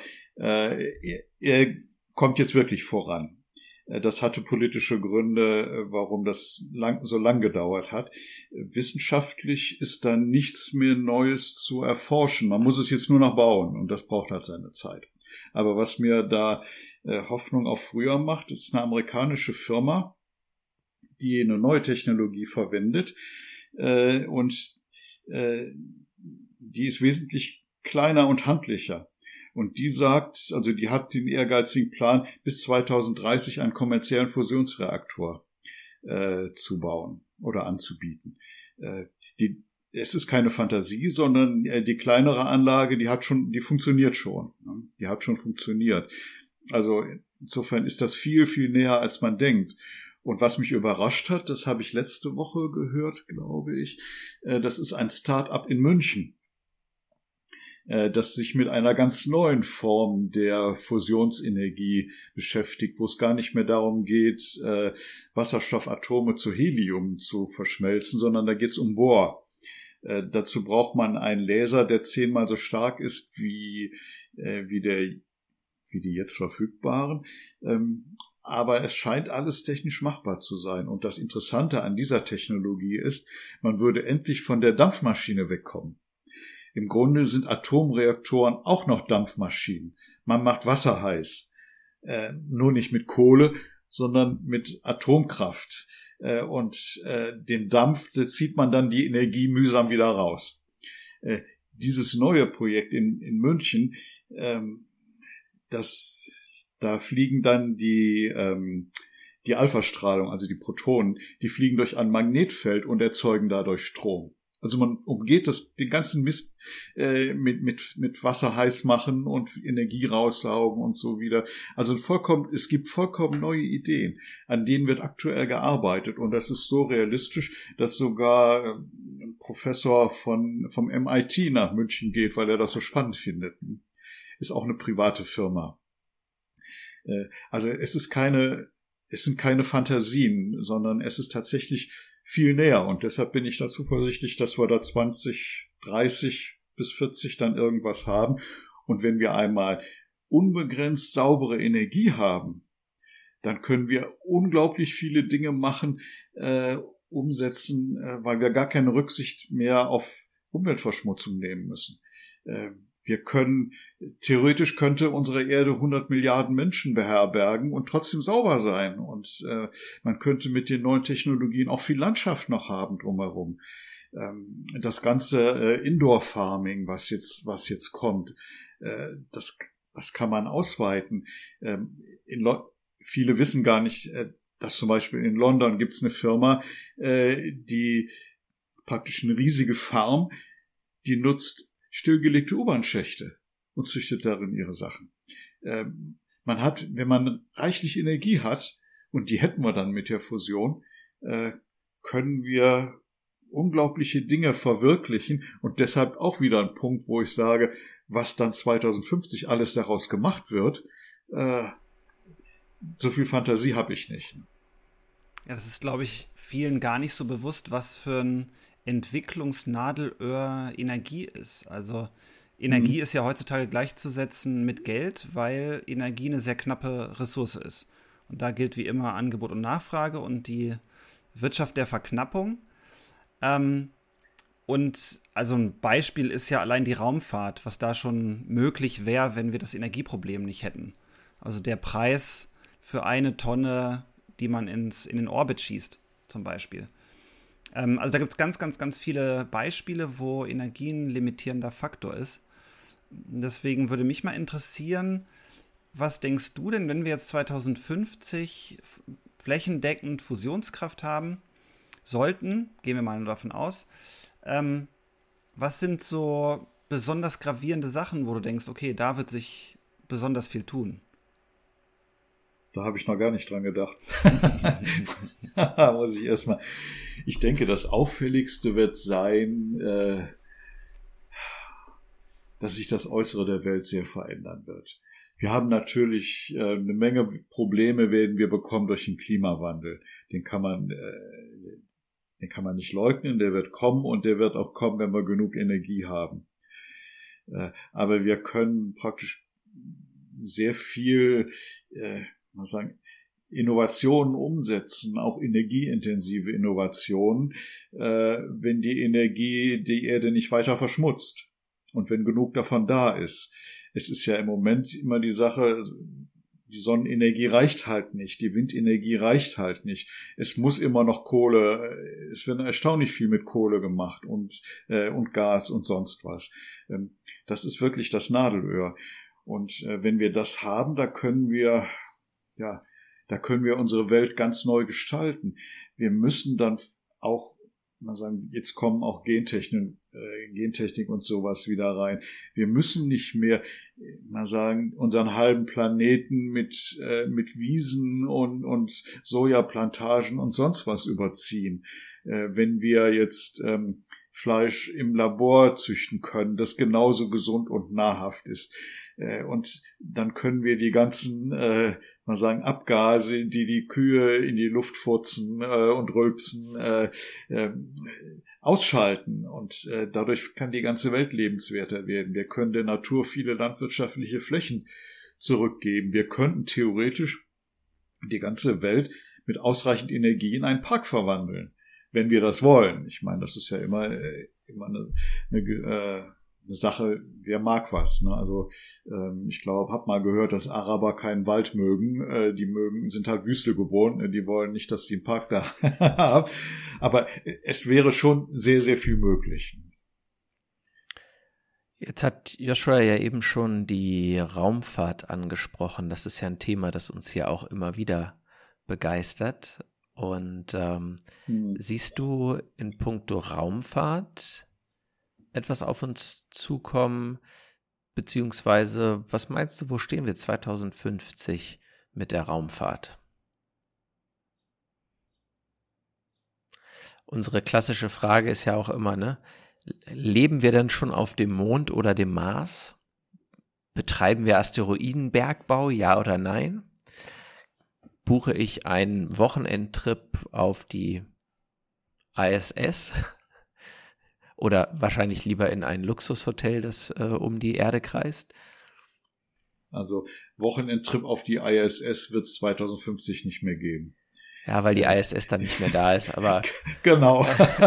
er kommt jetzt wirklich voran. Das hatte politische Gründe, warum das so lang gedauert hat. Wissenschaftlich ist da nichts mehr Neues zu erforschen. Man muss es jetzt nur noch bauen und das braucht halt seine Zeit. Aber was mir da Hoffnung auf früher macht, ist eine amerikanische Firma, die eine neue Technologie verwendet und die ist wesentlich kleiner und handlicher. Und die sagt, also die hat den ehrgeizigen Plan, bis 2030 einen kommerziellen Fusionsreaktor zu bauen oder anzubieten. Es ist keine Fantasie, sondern die kleinere Anlage, die funktioniert schon. Die hat schon funktioniert. Also insofern ist das viel, viel näher, als man denkt. Und was mich überrascht hat, das habe ich letzte Woche gehört, glaube ich, das ist ein Start-up in München, das sich mit einer ganz neuen Form der Fusionsenergie beschäftigt, wo es gar nicht mehr darum geht, Wasserstoffatome zu Helium zu verschmelzen, sondern da geht es um Bohr. Dazu braucht man einen Laser, der 10-mal so stark ist wie die jetzt verfügbaren. Aber es scheint alles technisch machbar zu sein. Und das Interessante an dieser Technologie ist, man würde endlich von der Dampfmaschine wegkommen. Im Grunde sind Atomreaktoren auch noch Dampfmaschinen. Man macht Wasser heiß. Nur nicht mit Kohle, sondern mit Atomkraft. Und den Dampf, da zieht man dann die Energie mühsam wieder raus. Dieses neue Projekt in München, da fliegen dann die Alphastrahlung, also die Protonen, die fliegen durch ein Magnetfeld und erzeugen dadurch Strom. Also man umgeht den ganzen Mist mit Wasser heiß machen und Energie raussaugen und so wieder. Also es gibt vollkommen neue Ideen, an denen wird aktuell gearbeitet. Und das ist so realistisch, dass sogar ein Professor vom MIT nach München geht, weil er das so spannend findet. Ist auch eine private Firma. Also es sind keine Fantasien, sondern es ist tatsächlich viel näher. Und deshalb bin ich da zuversichtlich, dass wir da 20, 30 bis 40 dann irgendwas haben. Und wenn wir einmal unbegrenzt saubere Energie haben, dann können wir unglaublich viele Dinge machen, umsetzen, weil wir gar keine Rücksicht mehr auf Umweltverschmutzung nehmen müssen. Theoretisch könnte unsere Erde 100 Milliarden Menschen beherbergen und trotzdem sauber sein. Und man könnte mit den neuen Technologien auch viel Landschaft noch haben drumherum. Das ganze Indoor-Farming, was jetzt kommt, das kann man ausweiten. Viele wissen gar nicht, dass zum Beispiel in London gibt es eine Firma, die praktisch eine riesige Farm, die nutzt stillgelegte U-Bahn-Schächte und züchtet darin ihre Sachen. Wenn man reichlich Energie hat, und die hätten wir dann mit der Fusion, können wir unglaubliche Dinge verwirklichen und deshalb auch wieder ein Punkt, wo ich sage, was dann 2050 alles daraus gemacht wird, so viel Fantasie habe ich nicht. Ja, das ist, glaube ich, vielen gar nicht so bewusst, was für ein Entwicklungsnadelöhr Energie ist. Also Energie ist ja heutzutage gleichzusetzen mit Geld, weil Energie eine sehr knappe Ressource ist. Und da gilt wie immer Angebot und Nachfrage und die Wirtschaft der Verknappung. Und also ein Beispiel ist ja allein die Raumfahrt, was da schon möglich wäre, wenn wir das Energieproblem nicht hätten. Also der Preis für eine Tonne, die man in den Orbit schießt, zum Beispiel. Also da gibt es ganz, ganz, ganz viele Beispiele, wo Energie ein limitierender Faktor ist. Deswegen würde mich mal interessieren, was denkst du denn, wenn wir jetzt 2050 flächendeckend Fusionskraft haben sollten, gehen wir mal nur davon aus, was sind so besonders gravierende Sachen, wo du denkst, okay, da wird sich besonders viel tun? Da habe ich noch gar nicht dran gedacht. Muss ich erstmal. Ich denke, das Auffälligste wird sein, dass sich das Äußere der Welt sehr verändern wird. Wir haben natürlich eine Menge Probleme, werden wir bekommen durch den Klimawandel. Den kann man nicht leugnen, der wird kommen und der wird auch kommen, wenn wir genug Energie haben. Aber wir können praktisch sehr viel Innovationen umsetzen, auch energieintensive Innovationen, wenn die Energie die Erde nicht weiter verschmutzt und wenn genug davon da ist. Es ist ja im Moment immer die Sache, die Sonnenenergie reicht halt nicht, die Windenergie reicht halt nicht. Es muss immer noch Kohle, es wird erstaunlich viel mit Kohle gemacht und Gas und sonst was. Das ist wirklich das Nadelöhr. Und wenn wir das haben, da können wir unsere Welt ganz neu gestalten. Wir müssen dann auch, mal sagen, jetzt kommen auch Gentechnik und sowas wieder rein. Wir müssen nicht mehr, mal sagen, unseren halben Planeten mit Wiesen und Sojaplantagen und sonst was überziehen. Wenn wir jetzt Fleisch im Labor züchten können, das genauso gesund und nahrhaft ist. Und dann können wir die ganzen, mal sagen, Abgase, die Kühe in die Luft furzen und rülpsen, ausschalten. Und dadurch kann die ganze Welt lebenswerter werden. Wir können der Natur viele landwirtschaftliche Flächen zurückgeben. Wir könnten theoretisch die ganze Welt mit ausreichend Energie in einen Park verwandeln, wenn wir das wollen. Ich meine, das ist ja immer eine Sache, wer mag was. Ne? Also ich glaube, habe mal gehört, dass Araber keinen Wald mögen. Sind halt Wüste gewohnt. Die wollen nicht, dass sie einen Park da haben. Aber es wäre schon sehr, sehr viel möglich. Jetzt hat Joshua ja eben schon die Raumfahrt angesprochen. Das ist ja ein Thema, das uns ja auch immer wieder begeistert. Und siehst du in puncto Raumfahrt etwas auf uns zukommen? Beziehungsweise, was meinst du, wo stehen wir 2050 mit der Raumfahrt? Unsere klassische Frage ist ja auch immer, ne? Leben wir denn schon auf dem Mond oder dem Mars? Betreiben wir Asteroidenbergbau, ja oder nein? Buche ich einen Wochenendtrip auf die ISS oder wahrscheinlich lieber in ein Luxushotel, das um die Erde kreist? Also Wochenendtrip auf die ISS wird es 2050 nicht mehr geben. Ja, weil die ISS dann nicht mehr da ist, aber genau.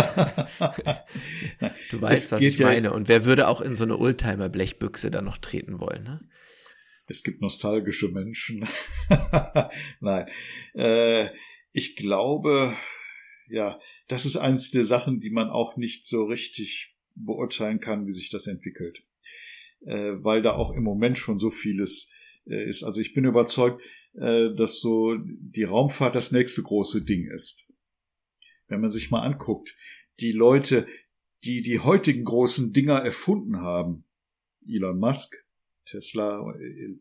Du weißt, was ich meine. Und wer würde auch in so eine Oldtimer-Blechbüchse dann noch treten wollen, ne? Es gibt nostalgische Menschen. Nein. Ich glaube, ja, das ist eins der Sachen, die man auch nicht so richtig beurteilen kann, wie sich das entwickelt. Weil da auch im Moment schon so vieles ist. Also ich bin überzeugt, dass so die Raumfahrt das nächste große Ding ist. Wenn man sich mal anguckt, die Leute, die die heutigen großen Dinger erfunden haben, Elon Musk, Tesla,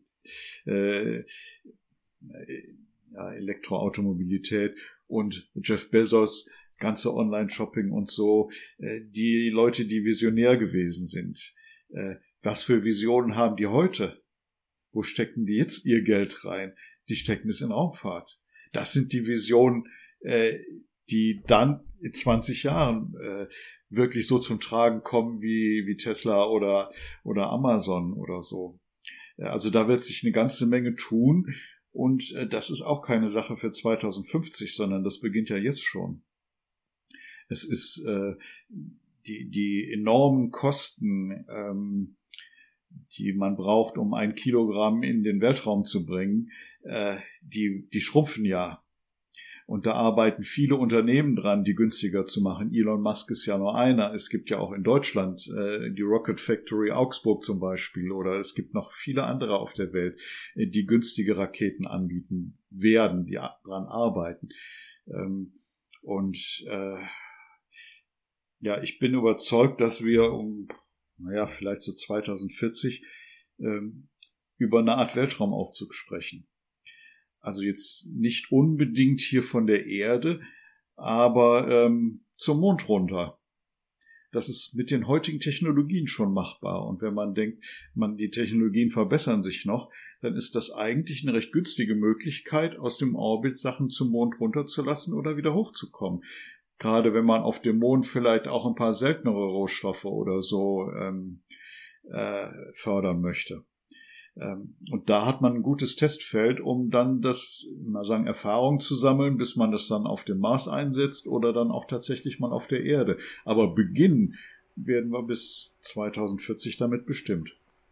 Elektroautomobilität und Jeff Bezos, ganze Online-Shopping und so, die Leute, die visionär gewesen sind. Was für Visionen haben die heute? Wo stecken die jetzt ihr Geld rein? Die stecken es in Raumfahrt. Das sind die Visionen, die dann in 20 Jahren wirklich so zum Tragen kommen wie Tesla oder Amazon oder so. Also da wird sich eine ganze Menge tun und das ist auch keine Sache für 2050, sondern das beginnt ja jetzt schon. Es ist die enormen Kosten, die man braucht, um 1 Kilogramm in den Weltraum zu bringen, die schrumpfen ja. Und da arbeiten viele Unternehmen dran, die günstiger zu machen. Elon Musk ist ja nur einer. Es gibt ja auch in Deutschland die Rocket Factory Augsburg zum Beispiel. Oder es gibt noch viele andere auf der Welt, die günstige Raketen anbieten werden, die dran arbeiten. Ich bin überzeugt, dass wir vielleicht so 2040 über eine Art Weltraumaufzug sprechen. Also jetzt nicht unbedingt hier von der Erde, aber zum Mond runter. Das ist mit den heutigen Technologien schon machbar. Und wenn man denkt, die Technologien verbessern sich noch, dann ist das eigentlich eine recht günstige Möglichkeit, aus dem Orbit Sachen zum Mond runterzulassen oder wieder hochzukommen. Gerade wenn man auf dem Mond vielleicht auch ein paar seltenere Rohstoffe oder so fördern möchte. Und da hat man ein gutes Testfeld, um dann Erfahrung zu sammeln, bis man das dann auf dem Mars einsetzt oder dann auch tatsächlich mal auf der Erde. Aber beginnen werden wir bis 2040 damit bestimmt.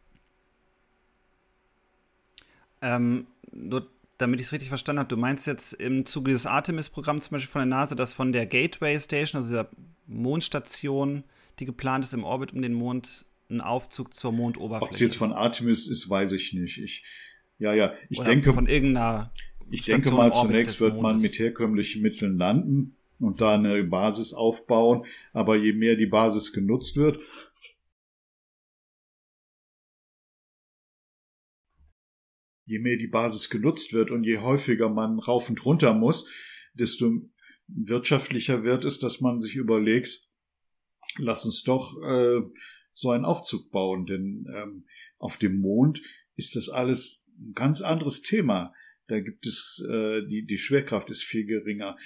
Nur damit ich es richtig verstanden habe, du meinst jetzt im Zuge des Artemis-Programms zum Beispiel von der NASA, dass von der Gateway Station, also dieser Mondstation, die geplant ist im Orbit um den Mond, ein Aufzug zur Mondoberfläche. Ob es jetzt von Artemis ist, weiß ich nicht. Ich Oder denke von irgendeiner Ich denke mal, zunächst wird man mit herkömmlichen Mitteln landen und da eine Basis aufbauen. Aber je mehr die Basis genutzt wird, und je häufiger man rauf und runter muss, desto wirtschaftlicher wird es, dass man sich überlegt, lass uns doch so einen Aufzug bauen. Denn auf dem Mond ist das alles ein ganz anderes Thema. Da gibt es, die Schwerkraft ist viel geringer.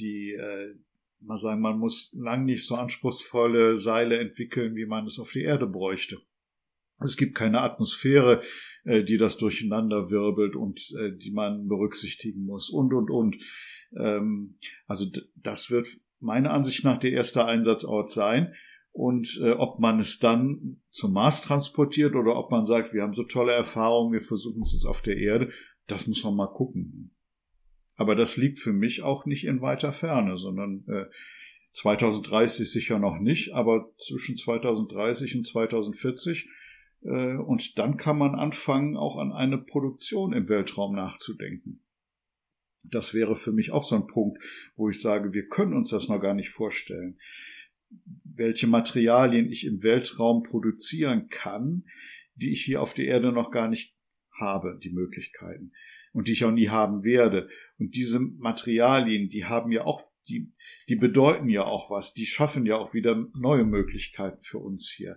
Man muss lang nicht so anspruchsvolle Seile entwickeln, wie man es auf die Erde bräuchte. Es gibt keine Atmosphäre, die das durcheinander wirbelt und die man berücksichtigen muss und. Also das wird meiner Ansicht nach der erste Einsatzort sein. Und ob man es dann zum Mars transportiert oder ob man sagt, wir haben so tolle Erfahrungen, wir versuchen es jetzt auf der Erde, das muss man mal gucken. Aber das liegt für mich auch nicht in weiter Ferne, sondern 2030 sicher noch nicht, aber zwischen 2030 und 2040. Und dann kann man anfangen, auch an eine Produktion im Weltraum nachzudenken. Das wäre für mich auch so ein Punkt, wo ich sage, wir können uns das noch gar nicht vorstellen, welche Materialien ich im Weltraum produzieren kann, die ich hier auf der Erde noch gar nicht habe, die Möglichkeiten, und die ich auch nie haben werde. Und diese Materialien, die haben ja auch, die bedeuten ja auch was, die schaffen ja auch wieder neue Möglichkeiten für uns hier.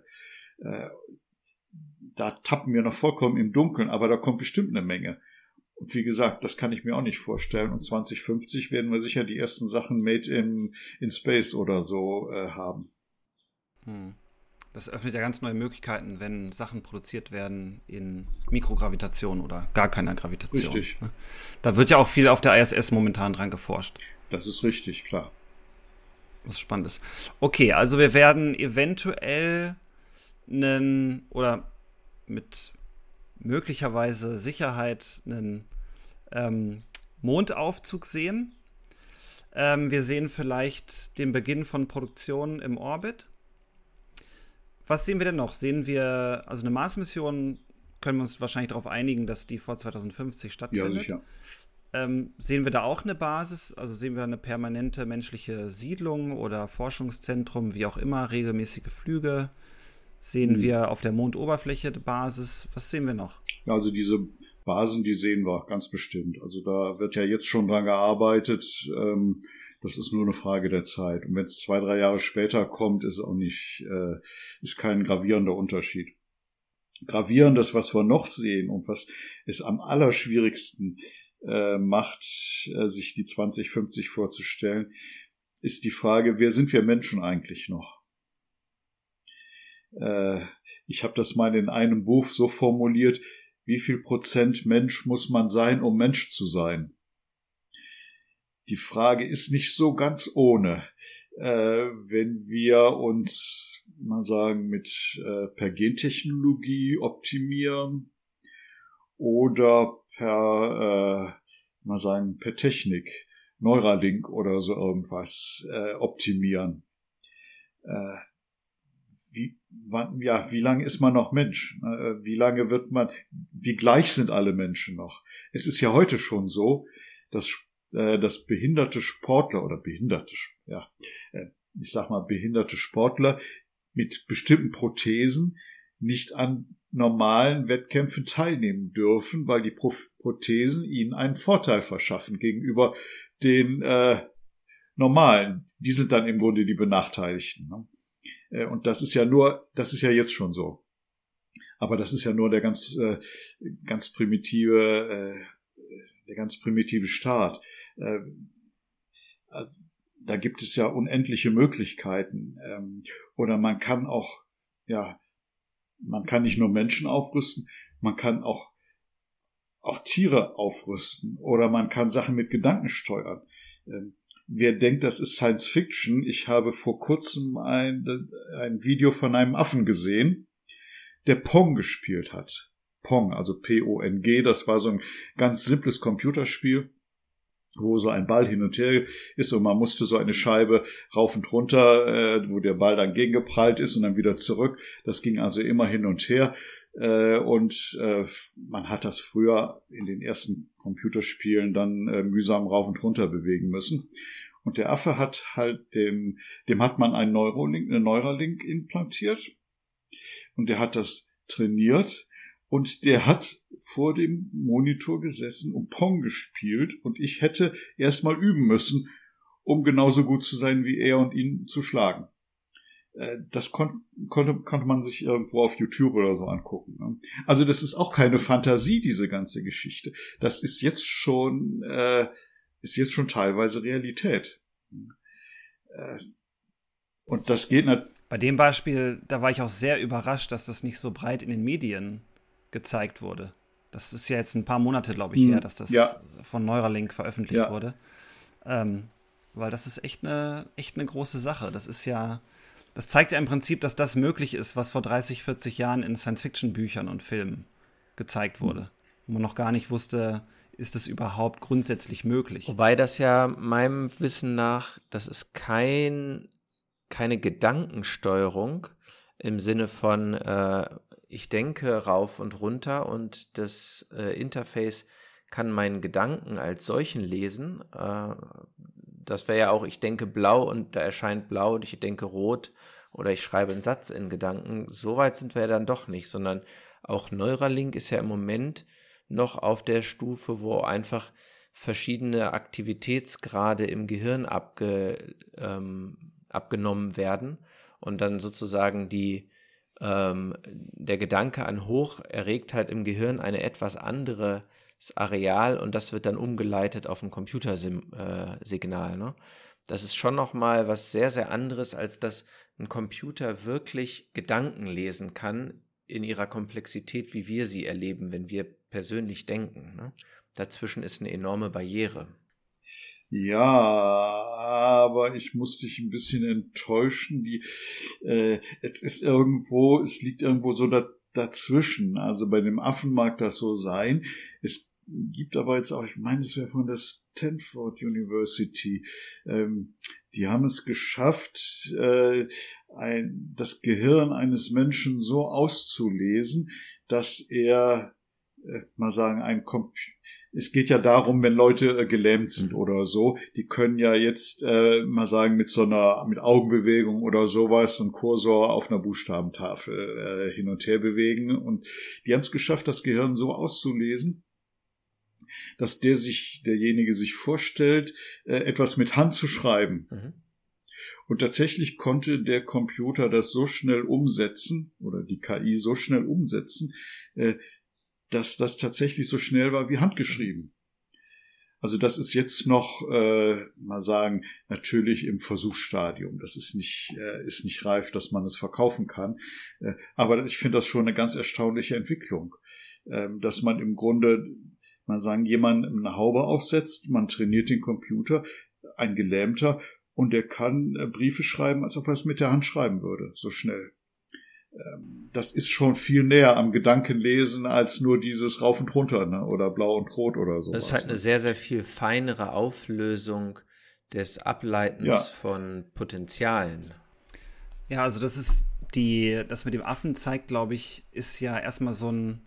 Da tappen wir noch vollkommen im Dunkeln, aber da kommt bestimmt eine Menge. Und wie gesagt, das kann ich mir auch nicht vorstellen. Und 2050 werden wir sicher die ersten Sachen made in Space oder so haben. Das öffnet ja ganz neue Möglichkeiten, wenn Sachen produziert werden in Mikrogravitation oder gar keiner Gravitation. Richtig. Da wird ja auch viel auf der ISS momentan dran geforscht. Das ist richtig, klar. Was spannend ist. Okay, also wir werden eventuell oder mit möglicherweise Sicherheit einen Mondaufzug sehen. Wir sehen vielleicht den Beginn von Produktion im Orbit. Was sehen wir denn noch? Sehen wir, also eine Mars-Mission, können wir uns wahrscheinlich darauf einigen, dass die vor 2050 stattfindet. Ja, sicher. Sehen wir da auch eine Basis? Also sehen wir eine permanente menschliche Siedlung oder Forschungszentrum, wie auch immer, regelmäßige Flüge? Sehen wir auf der Mondoberfläche eine Basis? Was sehen wir noch? Ja, also diese Basen, die sehen wir ganz bestimmt. Also da wird ja jetzt schon dran gearbeitet. Das ist nur eine Frage der Zeit. Und wenn es 2-3 Jahre später kommt, ist auch nicht, ist kein gravierender Unterschied. Gravierendes, was wir noch sehen und was es am allerschwierigsten macht, sich die 2050 vorzustellen, ist die Frage, wer sind wir Menschen eigentlich noch? Ich habe das mal in einem Buch so formuliert, wie viel Prozent Mensch muss man sein, um Mensch zu sein? Die Frage ist nicht so ganz ohne. Wenn wir uns, mal sagen, per Gentechnologie optimieren oder per Technik, Neuralink oder so irgendwas optimieren. Wie lange ist man noch Mensch? Wie gleich sind alle Menschen noch? Es ist ja heute schon so, dass behinderte Sportler mit bestimmten Prothesen nicht an normalen Wettkämpfen teilnehmen dürfen, weil die Prothesen ihnen einen Vorteil verschaffen gegenüber den normalen. Die sind dann im Grunde die Benachteiligten. Ne? Und das ist ja jetzt schon so. Aber das ist ja nur der ganz primitive Start. Da gibt es ja unendliche Möglichkeiten. Oder man kann nicht nur Menschen aufrüsten, man kann auch Tiere aufrüsten. Oder man kann Sachen mit Gedanken steuern. Wer denkt, das ist Science Fiction? Ich habe vor kurzem ein Video von einem Affen gesehen, der Pong gespielt hat. Pong, also P-O-N-G, das war so ein ganz simples Computerspiel, wo so ein Ball hin und her ist und man musste so eine Scheibe rauf und runter, wo der Ball dann gegengeprallt ist und dann wieder zurück. Das ging also immer hin und her. Und man hat das früher in den ersten Computerspielen dann mühsam rauf und runter bewegen müssen. Und der Affe hat halt dem hat man eine Neuralink implantiert und der hat das trainiert und der hat vor dem Monitor gesessen und Pong gespielt und ich hätte erstmal üben müssen, um genauso gut zu sein wie er und ihn zu schlagen. Das konnte man sich irgendwo auf YouTube oder so angucken. Ne? Also das ist auch keine Fantasie, diese ganze Geschichte. Das ist jetzt schon teilweise Realität. Und das geht natürlich. Bei dem Beispiel, da war ich auch sehr überrascht, dass das nicht so breit in den Medien gezeigt wurde. Das ist ja jetzt ein paar Monate, glaube ich, her, dass das von Neuralink veröffentlicht wurde. Weil das ist echt eine große Sache. Das zeigt ja im Prinzip, dass das möglich ist, was vor 30, 40 Jahren in Science-Fiction-Büchern und Filmen gezeigt wurde. Wo man noch gar nicht wusste, ist es überhaupt grundsätzlich möglich. Wobei das ja meinem Wissen nach, das ist keine Gedankensteuerung im Sinne von ich denke rauf und runter und das Interface kann meinen Gedanken als solchen lesen. Das wäre ja auch, ich denke blau und da erscheint blau und ich denke rot oder ich schreibe einen Satz in Gedanken. So weit sind wir ja dann doch nicht, sondern auch Neuralink ist ja im Moment noch auf der Stufe, wo einfach verschiedene Aktivitätsgrade im Gehirn abgenommen werden und dann sozusagen der Gedanke an hoch erregt halt im Gehirn eine etwas anderes Areal und das wird dann umgeleitet auf ein Computersignal. Ne? Das ist schon nochmal was sehr, sehr anderes, als dass ein Computer wirklich Gedanken lesen kann in ihrer Komplexität, wie wir sie erleben, wenn wir persönlich denken. Ne? Dazwischen ist eine enorme Barriere. Ja, aber ich muss dich ein bisschen enttäuschen. Es liegt irgendwo so dazwischen. Also bei dem Affen mag das so sein. Es gibt aber jetzt auch, ich meine, es wäre von der Stanford University. Die haben es geschafft, das Gehirn eines Menschen so auszulesen, dass er, mal sagen, es geht ja darum, wenn Leute gelähmt sind oder so, die können ja jetzt mal sagen mit Augenbewegung oder sowas einen Kursor auf einer Buchstabentafel hin und her bewegen und die haben es geschafft, das Gehirn so auszulesen, dass derjenige sich vorstellt, etwas mit Hand zu schreiben. Mhm. Und tatsächlich konnte der Computer das so schnell umsetzen oder die KI so schnell umsetzen, dass das tatsächlich so schnell war wie handgeschrieben. Also das ist jetzt noch, mal sagen, natürlich im Versuchsstadium. Das ist nicht reif, dass man es verkaufen kann. Aber ich finde das schon eine ganz erstaunliche Entwicklung, dass man im Grunde, mal sagen, jemanden eine Haube aufsetzt, man trainiert den Computer, ein Gelähmter, und der kann Briefe schreiben, als ob er es mit der Hand schreiben würde, so schnell. Das ist schon viel näher am Gedankenlesen als nur dieses Rauf und runter, ne? Oder blau und rot oder so. Das ist halt eine sehr, sehr viel feinere Auflösung des Ableitens von Potenzialen. Ja, also das mit dem Affen zeigt, glaube ich, ist ja erstmal so ein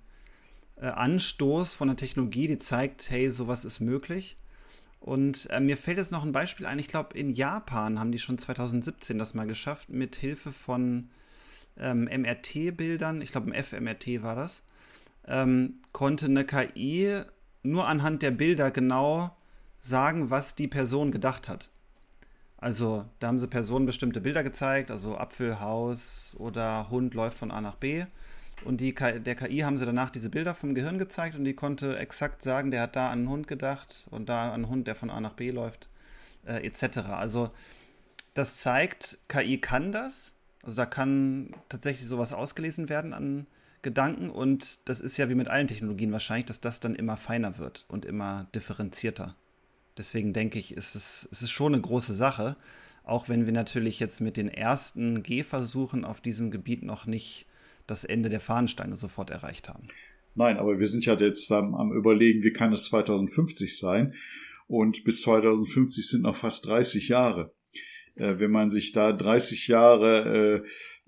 Anstoß von der Technologie, die zeigt, hey, sowas ist möglich. Und mir fällt jetzt noch ein Beispiel ein, ich glaube, in Japan haben die schon 2017 das mal geschafft, mit Hilfe von MRT-Bildern, ich glaube ein fMRT war das, konnte eine KI nur anhand der Bilder genau sagen, was die Person gedacht hat. Also da haben sie Personen bestimmte Bilder gezeigt, also Apfel, Haus oder Hund läuft von A nach B. Und der KI haben sie danach diese Bilder vom Gehirn gezeigt und die konnte exakt sagen, der hat da an einen Hund gedacht und da an einen Hund, der von A nach B läuft, etc. Also das zeigt, KI kann das. Also da kann tatsächlich sowas ausgelesen werden an Gedanken und das ist ja wie mit allen Technologien wahrscheinlich, dass das dann immer feiner wird und immer differenzierter. Deswegen denke ich, es ist schon eine große Sache, auch wenn wir natürlich jetzt mit den ersten Gehversuchen auf diesem Gebiet noch nicht das Ende der Fahnenstange sofort erreicht haben. Nein, aber wir sind ja jetzt am Überlegen, wie kann es 2050 sein? Und bis 2050 sind noch fast 30 Jahre. Wenn man sich da 30 Jahre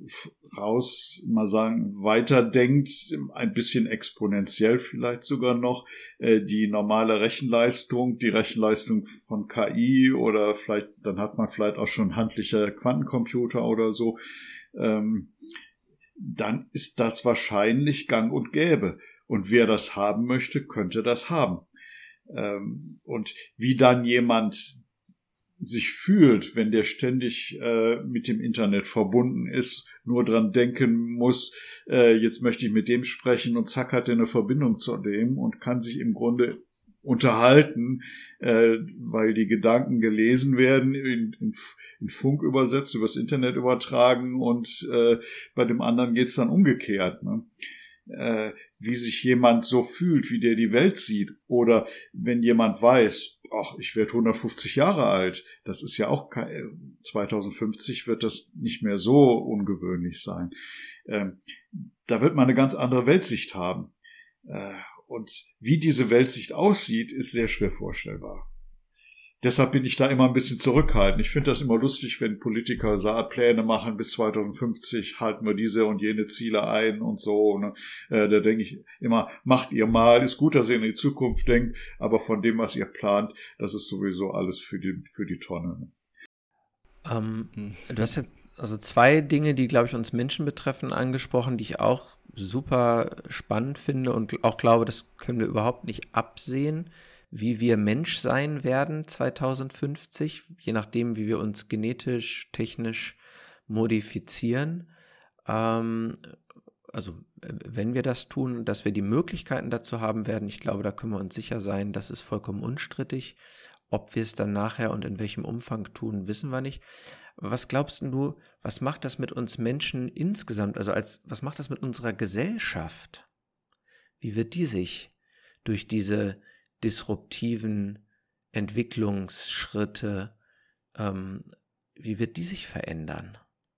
mal sagen, weiterdenkt, ein bisschen exponentiell vielleicht sogar noch, die normale Rechenleistung, die Rechenleistung von KI oder dann hat man vielleicht auch schon handliche Quantencomputer oder so, dann ist das wahrscheinlich gang und gäbe. Und wer das haben möchte, könnte das haben. Und wie dann jemand sich fühlt, wenn der ständig mit dem Internet verbunden ist, nur dran denken muss, jetzt möchte ich mit dem sprechen und zack hat er eine Verbindung zu dem und kann sich im Grunde unterhalten, weil die Gedanken gelesen werden, in Funk übersetzt, übers Internet übertragen und bei dem anderen geht's dann umgekehrt. Ne? Wie sich jemand so fühlt, wie der die Welt sieht. Oder wenn jemand weiß, ach, ich werde 150 Jahre alt, das ist ja auch 2050 wird das nicht mehr so ungewöhnlich sein. Da wird man eine ganz andere Weltsicht haben. Und wie diese Weltsicht aussieht, ist sehr schwer vorstellbar. Deshalb bin ich da immer ein bisschen zurückhaltend. Ich finde das immer lustig, wenn Politiker Pläne machen, bis 2050 halten wir diese und jene Ziele ein und so. Ne? Da denke ich immer, macht ihr mal. Ist gut, dass ihr in die Zukunft denkt, aber von dem, was ihr plant, das ist sowieso alles für die Tonne. Ne? Du hast jetzt also 2 Dinge, die, glaube ich, uns Menschen betreffen, angesprochen, die ich auch super spannend finde und auch glaube, das können wir überhaupt nicht absehen, wie wir Mensch sein werden 2050, je nachdem, wie wir uns genetisch, technisch modifizieren. Also wenn wir das tun, dass wir die Möglichkeiten dazu haben werden, ich glaube, da können wir uns sicher sein, das ist vollkommen unstrittig. Ob wir es dann nachher und in welchem Umfang tun, wissen wir nicht. Was glaubst du, was macht das mit uns Menschen insgesamt, also was macht das mit unserer Gesellschaft? Wie wird die sich durch diese disruptiven Entwicklungsschritte, wie wird die sich verändern?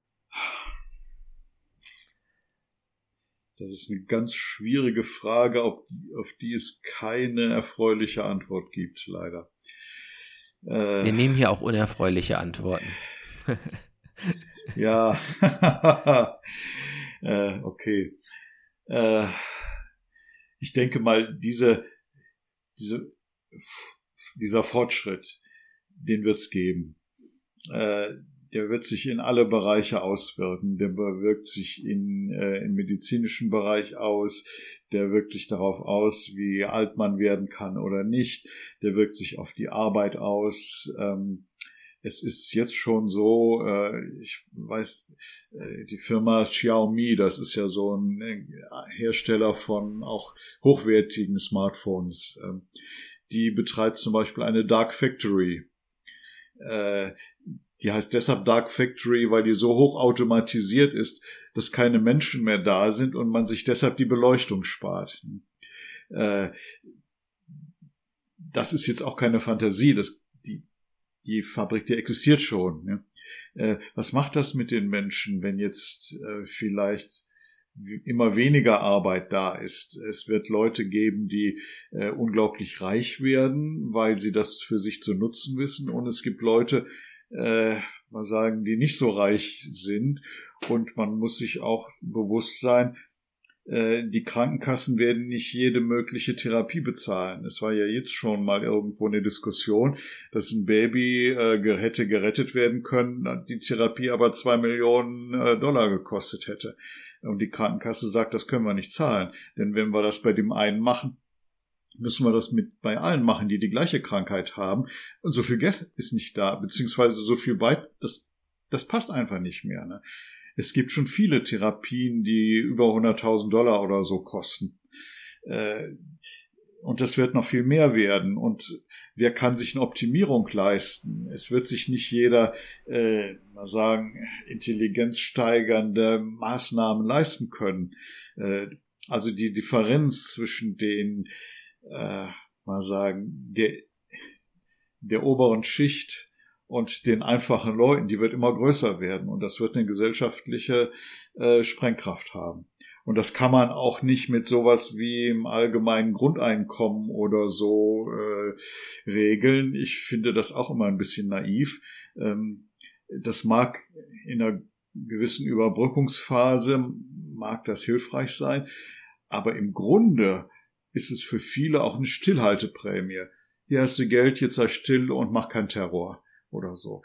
Das ist eine ganz schwierige Frage, auf die es keine erfreuliche Antwort gibt, leider. Wir nehmen hier auch unerfreuliche Antworten. Ja, okay. Ich denke mal, dieser Fortschritt, den wird's geben. Der wird sich in alle Bereiche auswirken. Der wirkt sich im medizinischen Bereich aus. Der wirkt sich darauf aus, wie alt man werden kann oder nicht. Der wirkt sich auf die Arbeit aus. Es ist jetzt schon so, ich weiß, die Firma Xiaomi, das ist ja so ein Hersteller von auch hochwertigen Smartphones, die betreibt zum Beispiel eine Dark Factory. Die heißt deshalb Dark Factory, weil die so hoch automatisiert ist, dass keine Menschen mehr da sind und man sich deshalb die Beleuchtung spart. Das ist jetzt auch keine Fantasie, die Fabrik, die existiert schon. Ne? Was macht das mit den Menschen, wenn jetzt vielleicht immer weniger Arbeit da ist? Es wird Leute geben, die unglaublich reich werden, weil sie das für sich zu nutzen wissen. Und es gibt Leute, mal sagen, die nicht so reich sind. Und man muss sich auch bewusst sein, die Krankenkassen werden nicht jede mögliche Therapie bezahlen. Es war ja jetzt schon mal irgendwo eine Diskussion, dass ein Baby hätte gerettet werden können, die Therapie aber $2 Millionen gekostet hätte. Und die Krankenkasse sagt, das können wir nicht zahlen. Denn wenn wir das bei dem einen machen, müssen wir das bei allen machen, die gleiche Krankheit haben. Und so viel Geld ist nicht da, beziehungsweise so viel das passt einfach nicht mehr. Ne? Es gibt schon viele Therapien, die über $100.000 oder so kosten. Und das wird noch viel mehr werden. Und wer kann sich eine Optimierung leisten? Es wird sich nicht jeder, mal sagen, intelligenzsteigernde Maßnahmen leisten können. Also die Differenz zwischen den, mal sagen, der oberen Schicht und den einfachen Leuten, die wird immer größer werden. Und das wird eine gesellschaftliche Sprengkraft haben. Und das kann man auch nicht mit sowas wie im allgemeinen Grundeinkommen oder so regeln. Ich finde das auch immer ein bisschen naiv. Das mag in einer gewissen Überbrückungsphase, mag das hilfreich sein. Aber im Grunde ist es für viele auch eine Stillhalteprämie. Hier hast du Geld, jetzt sei still und mach keinen Terror oder so.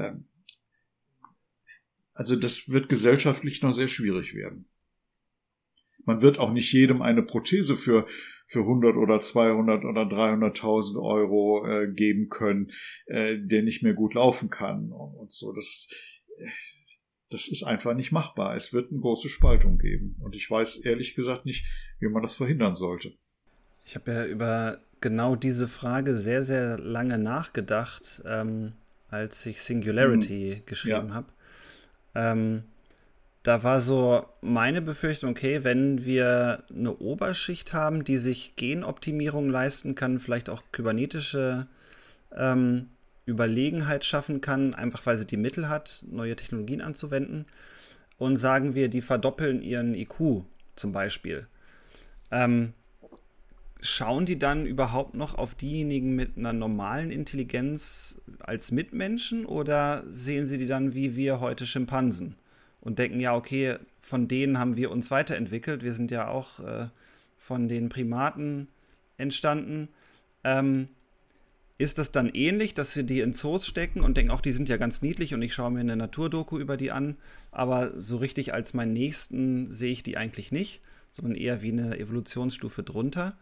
Also das wird gesellschaftlich noch sehr schwierig werden. Man wird auch nicht jedem eine Prothese für 100 oder 200 oder 300.000 Euro geben können, der nicht mehr gut laufen kann und so. Das ist einfach nicht machbar. Es wird eine große Spaltung geben. Und ich weiß ehrlich gesagt nicht, wie man das verhindern sollte. Ich habe ja über genau diese Frage sehr, sehr lange nachgedacht, als ich Singularity geschrieben habe. Da war so meine Befürchtung, okay, wenn wir eine Oberschicht haben, die sich Genoptimierung leisten kann, vielleicht auch kybernetische Überlegenheit schaffen kann, einfach weil sie die Mittel hat, neue Technologien anzuwenden, und sagen wir, die verdoppeln ihren IQ zum Beispiel. schauen die dann überhaupt noch auf diejenigen mit einer normalen Intelligenz als Mitmenschen oder sehen sie die dann wie wir heute Schimpansen und denken, ja, okay, von denen haben wir uns weiterentwickelt, wir sind ja auch von den Primaten entstanden. Ist das dann ähnlich, dass wir die in Zoos stecken und denken, auch die sind ja ganz niedlich und ich schaue mir eine Naturdoku über die an, aber so richtig als meinen Nächsten sehe ich die eigentlich nicht, sondern eher wie eine Evolutionsstufe drunter.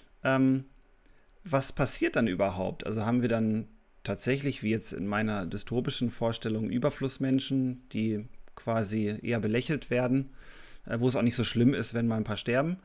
Was passiert dann überhaupt? Also haben wir dann tatsächlich, wie jetzt in meiner dystopischen Vorstellung, Überflussmenschen, die quasi eher belächelt werden, wo es auch nicht so schlimm ist, wenn mal ein paar sterben?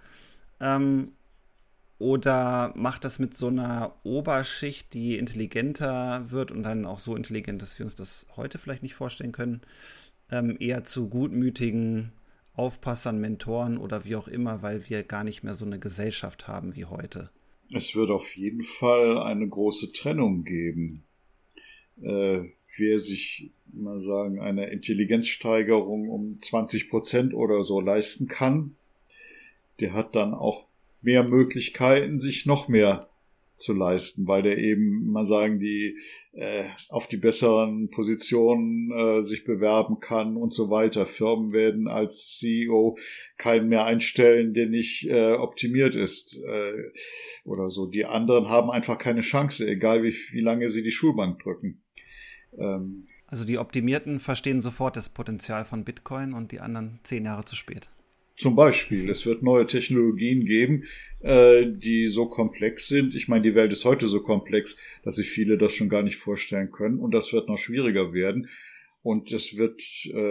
Oder macht das mit so einer Oberschicht, die intelligenter wird und dann auch so intelligent, dass wir uns das heute vielleicht nicht vorstellen können, eher zu gutmütigen Aufpassern, Mentoren oder wie auch immer, weil wir gar nicht mehr so eine Gesellschaft haben wie heute? Es wird auf jeden Fall eine große Trennung geben. Wer sich, mal sagen, eine Intelligenzsteigerung um 20% oder so leisten kann, der hat dann auch mehr Möglichkeiten, sich noch mehr zu leisten, weil der eben, mal sagen, die auf die besseren Positionen sich bewerben kann und so weiter. Firmen werden als CEO keinen mehr einstellen, der nicht optimiert ist oder so. Die anderen haben einfach keine Chance, egal wie lange sie die Schulbank drücken. Also die Optimierten verstehen sofort das Potenzial von Bitcoin und die anderen 10 Jahre zu spät. Zum Beispiel, es wird neue Technologien geben, die so komplex sind. Ich meine, die Welt ist heute so komplex, dass sich viele das schon gar nicht vorstellen können. Und das wird noch schwieriger werden. Und es wird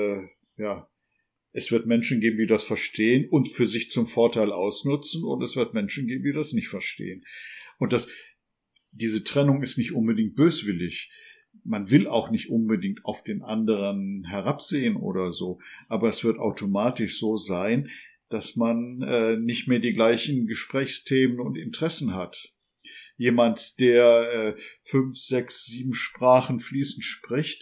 Menschen geben, die das verstehen und für sich zum Vorteil ausnutzen. Und es wird Menschen geben, die das nicht verstehen. Und diese Trennung ist nicht unbedingt böswillig. Man will auch nicht unbedingt auf den anderen herabsehen oder so, aber es wird automatisch so sein, dass man nicht mehr die gleichen Gesprächsthemen und Interessen hat. Jemand, der 5, 6, 7 Sprachen fließend spricht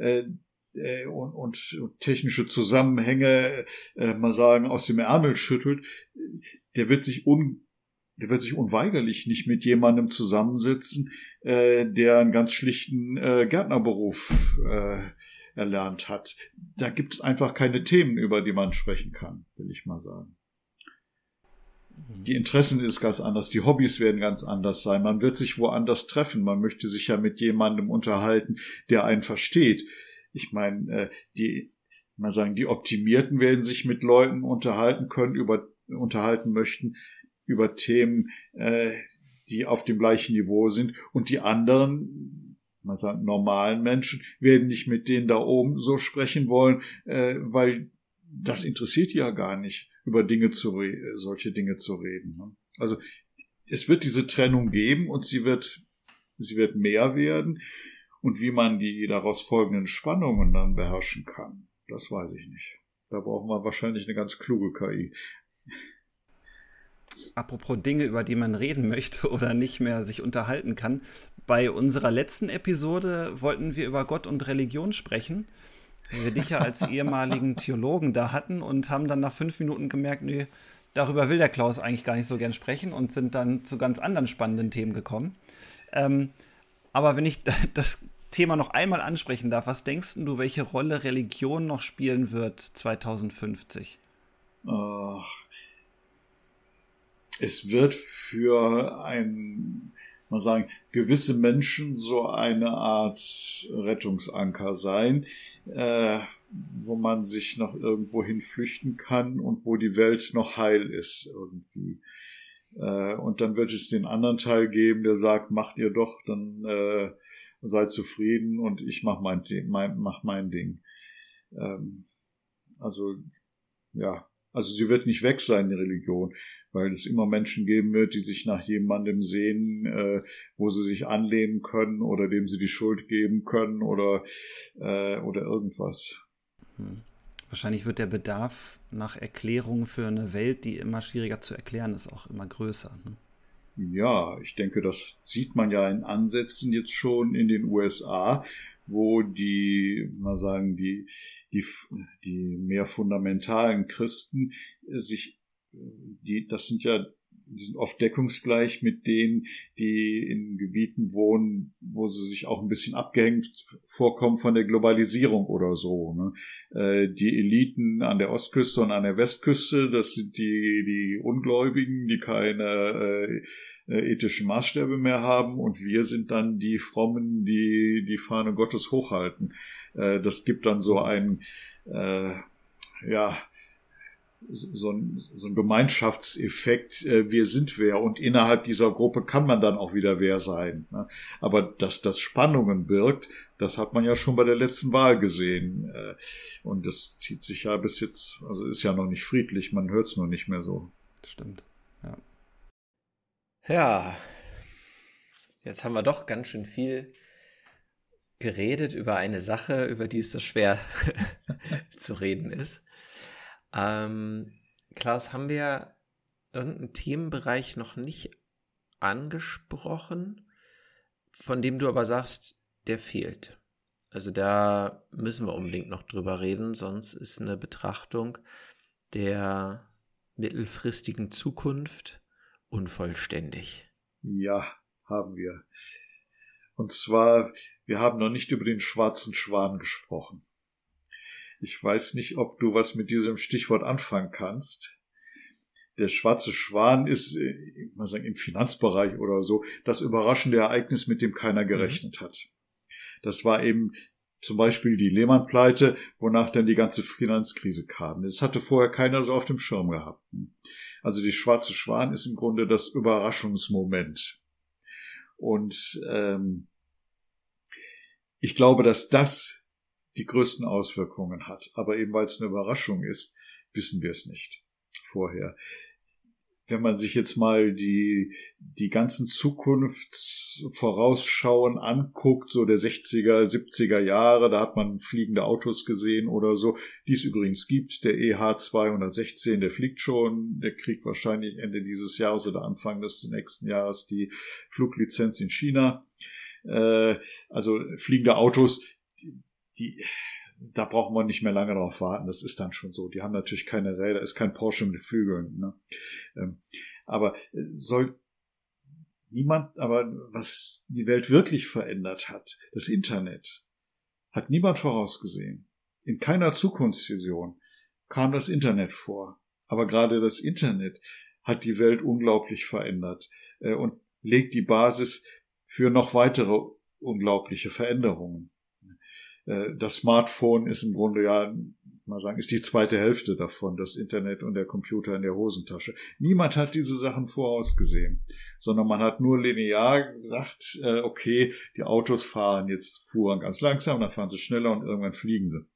und technische Zusammenhänge, mal sagen, aus dem Ärmel schüttelt, der wird sich unweigerlich nicht mit jemandem zusammensitzen, der einen ganz schlichten Gärtnerberuf erlernt hat. Da gibt es einfach keine Themen, über die man sprechen kann, will ich mal sagen. Die Interessen ist ganz anders, die Hobbys werden ganz anders sein. Man wird sich woanders treffen. Man möchte sich ja mit jemandem unterhalten, der einen versteht. Ich meine, die Optimierten werden sich mit Leuten unterhalten möchten, über Themen, die auf dem gleichen Niveau sind. Und die anderen, man sagt, normalen Menschen, werden nicht mit denen da oben so sprechen wollen, weil das interessiert die ja gar nicht, über solche Dinge zu reden. Ne? Also es wird diese Trennung geben und sie wird mehr werden. Und wie man die daraus folgenden Spannungen dann beherrschen kann, das weiß ich nicht. Da brauchen wir wahrscheinlich eine ganz kluge KI. Apropos Dinge, über die man reden möchte oder nicht mehr sich unterhalten kann. Bei unserer letzten Episode wollten wir über Gott und Religion sprechen, weil wir dich ja als ehemaligen Theologen da hatten und haben dann nach 5 Minuten gemerkt, nö, darüber will der Klaus eigentlich gar nicht so gern sprechen und sind dann zu ganz anderen spannenden Themen gekommen. Aber wenn ich das Thema noch einmal ansprechen darf, was denkst du, welche Rolle Religion noch spielen wird 2050? Es wird für gewisse Menschen so eine Art Rettungsanker sein, wo man sich noch irgendwo hin flüchten kann und wo die Welt noch heil ist irgendwie. Und dann wird es den anderen Teil geben, der sagt, macht ihr doch, dann seid zufrieden und ich mach mein Ding. Also sie wird nicht weg sein, die Religion, weil es immer Menschen geben wird, die sich nach jemandem sehen, wo sie sich anlehnen können oder dem sie die Schuld geben können oder irgendwas. Wahrscheinlich wird der Bedarf nach Erklärungen für eine Welt, die immer schwieriger zu erklären ist, auch immer größer. Ne? Ja, ich denke, das sieht man ja in Ansätzen jetzt schon in den USA, wo die mehr fundamentalen Christen das sind ja die sind oft deckungsgleich mit denen, die in Gebieten wohnen, wo sie sich auch ein bisschen abgehängt vorkommen von der Globalisierung oder so. Ne? Die Eliten an der Ostküste und an der Westküste, das sind die Ungläubigen, die keine ethischen Maßstäbe mehr haben, und wir sind dann die Frommen, die Fahne Gottes hochhalten. Das gibt dann so ein so ein Gemeinschaftseffekt, wir sind wer, und innerhalb dieser Gruppe kann man dann auch wieder wer sein. Ne? Aber dass das Spannungen birgt, das hat man ja schon bei der letzten Wahl gesehen. Und das zieht sich ja bis jetzt, also ist ja noch nicht friedlich, man hört es nur nicht mehr so. Das stimmt, ja. Ja, jetzt haben wir doch ganz schön viel geredet über eine Sache, über die es so schwer zu reden ist. Klaus, haben wir irgendeinen Themenbereich noch nicht angesprochen, von dem du aber sagst, der fehlt? Also da müssen wir unbedingt noch drüber reden, sonst ist eine Betrachtung der mittelfristigen Zukunft unvollständig. Ja, haben wir. Und zwar, wir haben noch nicht über den schwarzen Schwan gesprochen. Ich weiß nicht, ob du was mit diesem Stichwort anfangen kannst. Der schwarze Schwan ist, ich mal sagen, im Finanzbereich oder so, das überraschende Ereignis, mit dem keiner gerechnet hat. Das war eben zum Beispiel die Lehman-Pleite, wonach dann die ganze Finanzkrise kam. Das hatte vorher keiner so auf dem Schirm gehabt. Also die schwarze Schwan ist im Grunde das Überraschungsmoment. Und ich glaube, dass das die größten Auswirkungen hat. Aber eben weil es eine Überraschung ist, wissen wir es nicht vorher. Wenn man sich jetzt mal die ganzen Zukunftsvorausschauen anguckt, so der 60er, 70er Jahre, da hat man fliegende Autos gesehen oder so, die es übrigens gibt. Der EH216, der fliegt schon, der kriegt wahrscheinlich Ende dieses Jahres oder Anfang des nächsten Jahres die Fluglizenz in China. Also fliegende Autos, da braucht man nicht mehr lange drauf warten, das ist dann schon so. Die haben natürlich keine Räder, ist kein Porsche mit Flügeln. Ne? Aber was die Welt wirklich verändert hat, das Internet, hat niemand vorausgesehen. In keiner Zukunftsvision kam das Internet vor. Aber gerade das Internet hat die Welt unglaublich verändert und legt die Basis für noch weitere unglaubliche Veränderungen. Das Smartphone ist im Grunde ist die zweite Hälfte davon, das Internet und der Computer in der Hosentasche. Niemand hat diese Sachen vorausgesehen, sondern man hat nur linear gedacht, okay, die Autos fuhren ganz langsam, dann fahren sie schneller und irgendwann fliegen sie.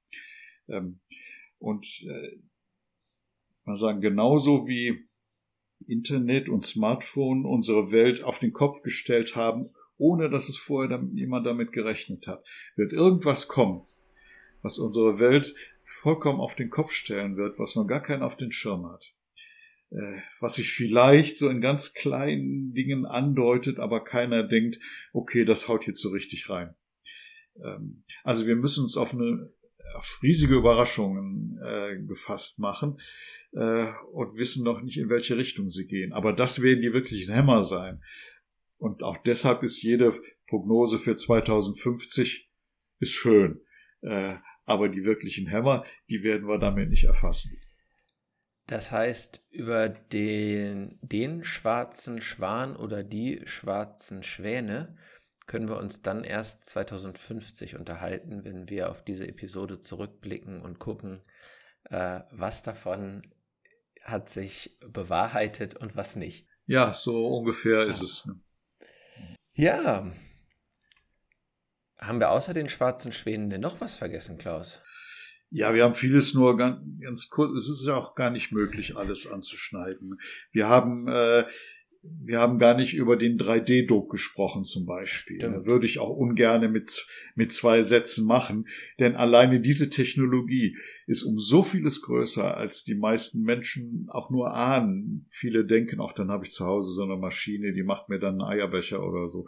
Genauso wie Internet und Smartphone unsere Welt auf den Kopf gestellt haben, ohne dass es vorher jemand damit gerechnet hat, wird irgendwas kommen, was unsere Welt vollkommen auf den Kopf stellen wird, was noch gar keiner auf den Schirm hat. Was sich vielleicht so in ganz kleinen Dingen andeutet, aber keiner denkt, okay, das haut jetzt so richtig rein. Also wir müssen uns auf riesige Überraschungen gefasst machen und wissen noch nicht, in welche Richtung sie gehen. Aber das werden die wirklichen Hämmer sein. Und auch deshalb ist jede Prognose für 2050 ist schön. Aber die wirklichen Hämmer, die werden wir damit nicht erfassen. Das heißt, über den schwarzen Schwan oder die schwarzen Schwäne können wir uns dann erst 2050 unterhalten, wenn wir auf diese Episode zurückblicken und gucken, was davon hat sich bewahrheitet und was nicht. Ja, so ungefähr ist es. Ne? Ja. Haben wir außer den schwarzen Schwänen denn noch was vergessen, Klaus? Ja, wir haben vieles, nur ganz kurz. Es ist ja auch gar nicht möglich, alles anzuschneiden. Wir haben gar nicht über den 3D-Druck gesprochen zum Beispiel. Stimmt. Würde ich auch ungerne mit 2 Sätzen machen, denn alleine diese Technologie ist um so vieles größer, als die meisten Menschen auch nur ahnen. Viele denken, ach, dann habe ich zu Hause so eine Maschine, die macht mir dann einen Eierbecher oder so.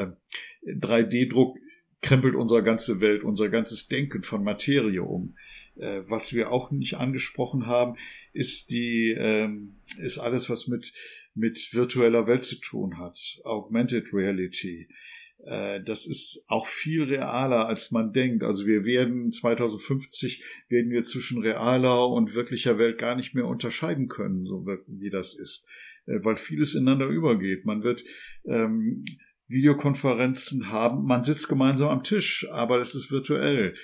3D-Druck krempelt unsere ganze Welt, unser ganzes Denken von Materie um. Was wir auch nicht angesprochen haben, ist ist alles, was mit virtueller Welt zu tun hat. Augmented Reality. Das ist auch viel realer, als man denkt. Also 2050 werden wir zwischen realer und wirklicher Welt gar nicht mehr unterscheiden können, so wie das ist. Weil vieles ineinander übergeht. Man wird Videokonferenzen haben, man sitzt gemeinsam am Tisch, aber das ist virtuell.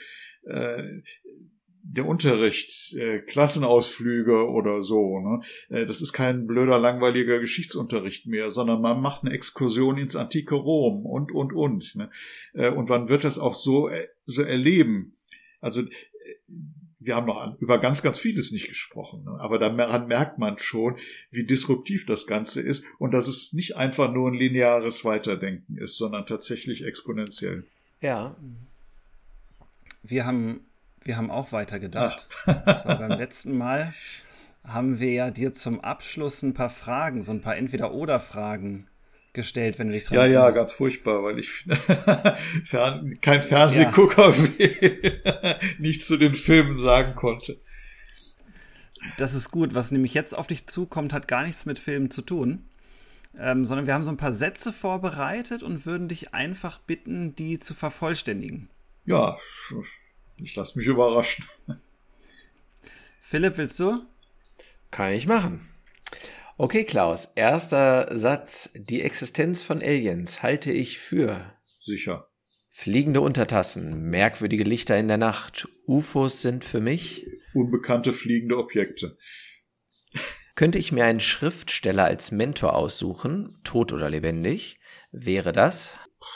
Der Unterricht, Klassenausflüge oder so, ne? Das ist kein blöder, langweiliger Geschichtsunterricht mehr, sondern man macht eine Exkursion ins antike Rom und, ne? Und man wird das auch so erleben. Also, wir haben noch über ganz, ganz vieles nicht gesprochen, ne? Aber daran merkt man schon, wie disruptiv das Ganze ist und dass es nicht einfach nur ein lineares Weiterdenken ist, sondern tatsächlich exponentiell. Ja. Wir haben auch weitergedacht. Das war beim letzten Mal, haben wir ja dir zum Abschluss ein paar Fragen, so ein paar Entweder-Oder-Fragen gestellt, wenn du dich dran erinnerst. Ja, ganz furchtbar, weil ich kein Fernsehgucker nicht zu den Filmen sagen konnte. Das ist gut. Was nämlich jetzt auf dich zukommt, hat gar nichts mit Filmen zu tun, sondern wir haben so ein paar Sätze vorbereitet und würden dich einfach bitten, die zu vervollständigen. Ja, ich lasse mich überraschen. Philipp, willst du? Kann ich machen. Okay, Klaus, erster Satz. Die Existenz von Aliens halte ich für sicher. Fliegende Untertassen, merkwürdige Lichter in der Nacht. UFOs sind für mich unbekannte fliegende Objekte. Könnte ich mir einen Schriftsteller als Mentor aussuchen, tot oder lebendig, wäre das?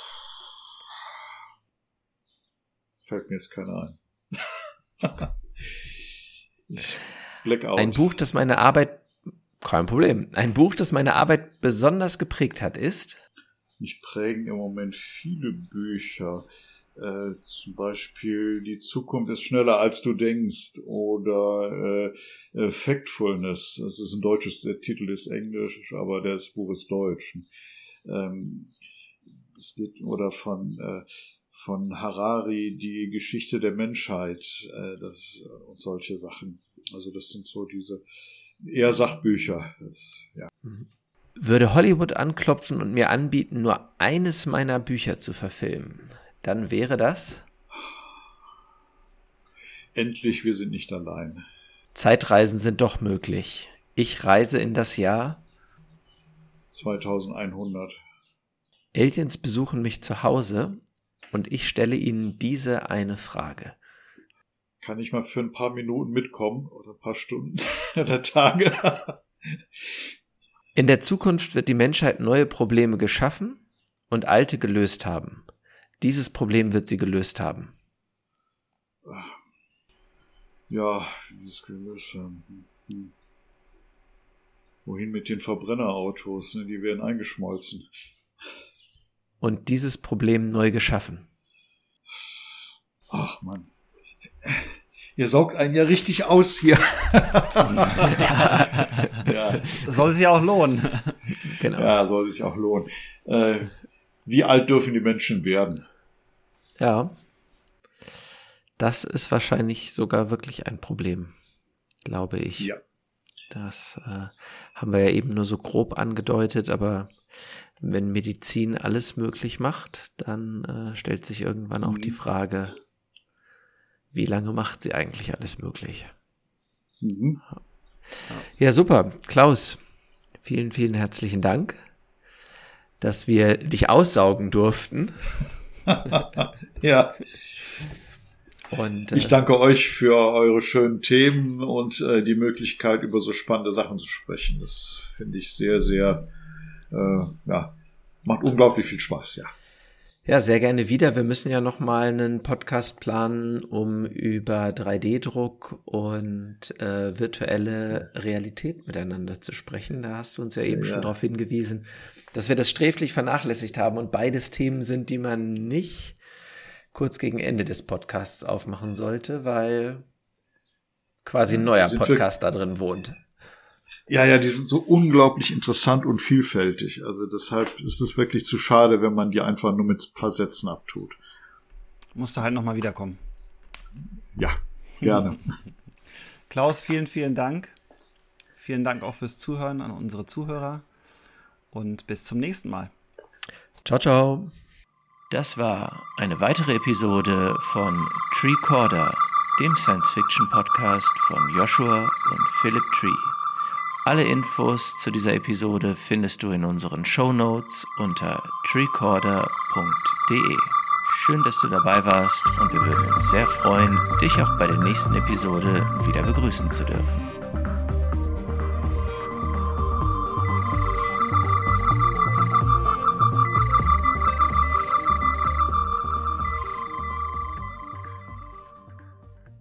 Fällt mir jetzt keiner ein. Blackout. Ein Buch, das meine Arbeit besonders geprägt hat, ist? Mich prägen im Moment viele Bücher. Zum Beispiel Die Zukunft ist schneller als du denkst oder Factfulness. Das ist ein deutsches, der Titel ist englisch, aber das Buch ist deutsch. Es geht oder von Harari, die Geschichte der Menschheit, und solche Sachen. Also das sind so diese eher Sachbücher. Ja. Würde Hollywood anklopfen und mir anbieten, nur eines meiner Bücher zu verfilmen, dann wäre das? Endlich, wir sind nicht allein. Zeitreisen sind doch möglich. Ich reise in das Jahr 2100. Aliens besuchen mich zu Hause und ich stelle ihnen diese eine Frage. Kann ich mal für ein paar Minuten mitkommen oder ein paar Stunden oder Tage? In der Zukunft wird die Menschheit neue Probleme geschaffen und alte gelöst haben. Dieses Problem wird sie gelöst haben. Ja, dieses gelöst haben. Wohin mit den Verbrennerautos? Ne? Die werden eingeschmolzen. Und dieses Problem neu geschaffen. Ach Mann. Ihr saugt einen ja richtig aus hier. Ja. Soll sich auch lohnen. Genau. Ja, soll sich auch lohnen. Wie alt dürfen die Menschen werden? Ja. Das ist wahrscheinlich sogar wirklich ein Problem, glaube ich. Ja. Das haben wir ja eben nur so grob angedeutet, aber wenn Medizin alles möglich macht, dann stellt sich irgendwann auch die Frage, wie lange macht sie eigentlich alles möglich? Mhm. Ja, super. Klaus, vielen, vielen herzlichen Dank, dass wir dich aussaugen durften. Ja. Und, ich danke euch für eure schönen Themen und die Möglichkeit, über so spannende Sachen zu sprechen. Das finde ich sehr, sehr, macht unglaublich viel Spaß, ja. Ja, sehr gerne wieder. Wir müssen ja noch mal einen Podcast planen, um über 3D-Druck und virtuelle Realität miteinander zu sprechen. Da hast du uns ja eben schon darauf hingewiesen, dass wir das sträflich vernachlässigt haben und beides Themen sind, die man nicht kurz gegen Ende des Podcasts aufmachen sollte, weil quasi ein neuer Podcast da drin wohnt. Ja, die sind so unglaublich interessant und vielfältig. Also deshalb ist es wirklich zu schade, wenn man die einfach nur mit ein paar Sätzen abtut. Musst du halt nochmal wiederkommen. Ja. Gerne. Klaus, vielen, vielen Dank. Vielen Dank auch fürs Zuhören an unsere Zuhörer und bis zum nächsten Mal. Ciao, ciao. Das war eine weitere Episode von Treecorder, dem Science-Fiction-Podcast von Joshua und Philip Tree. Alle Infos zu dieser Episode findest du in unseren Shownotes unter treecorder.de. Schön, dass du dabei warst und wir würden uns sehr freuen, dich auch bei der nächsten Episode wieder begrüßen zu dürfen.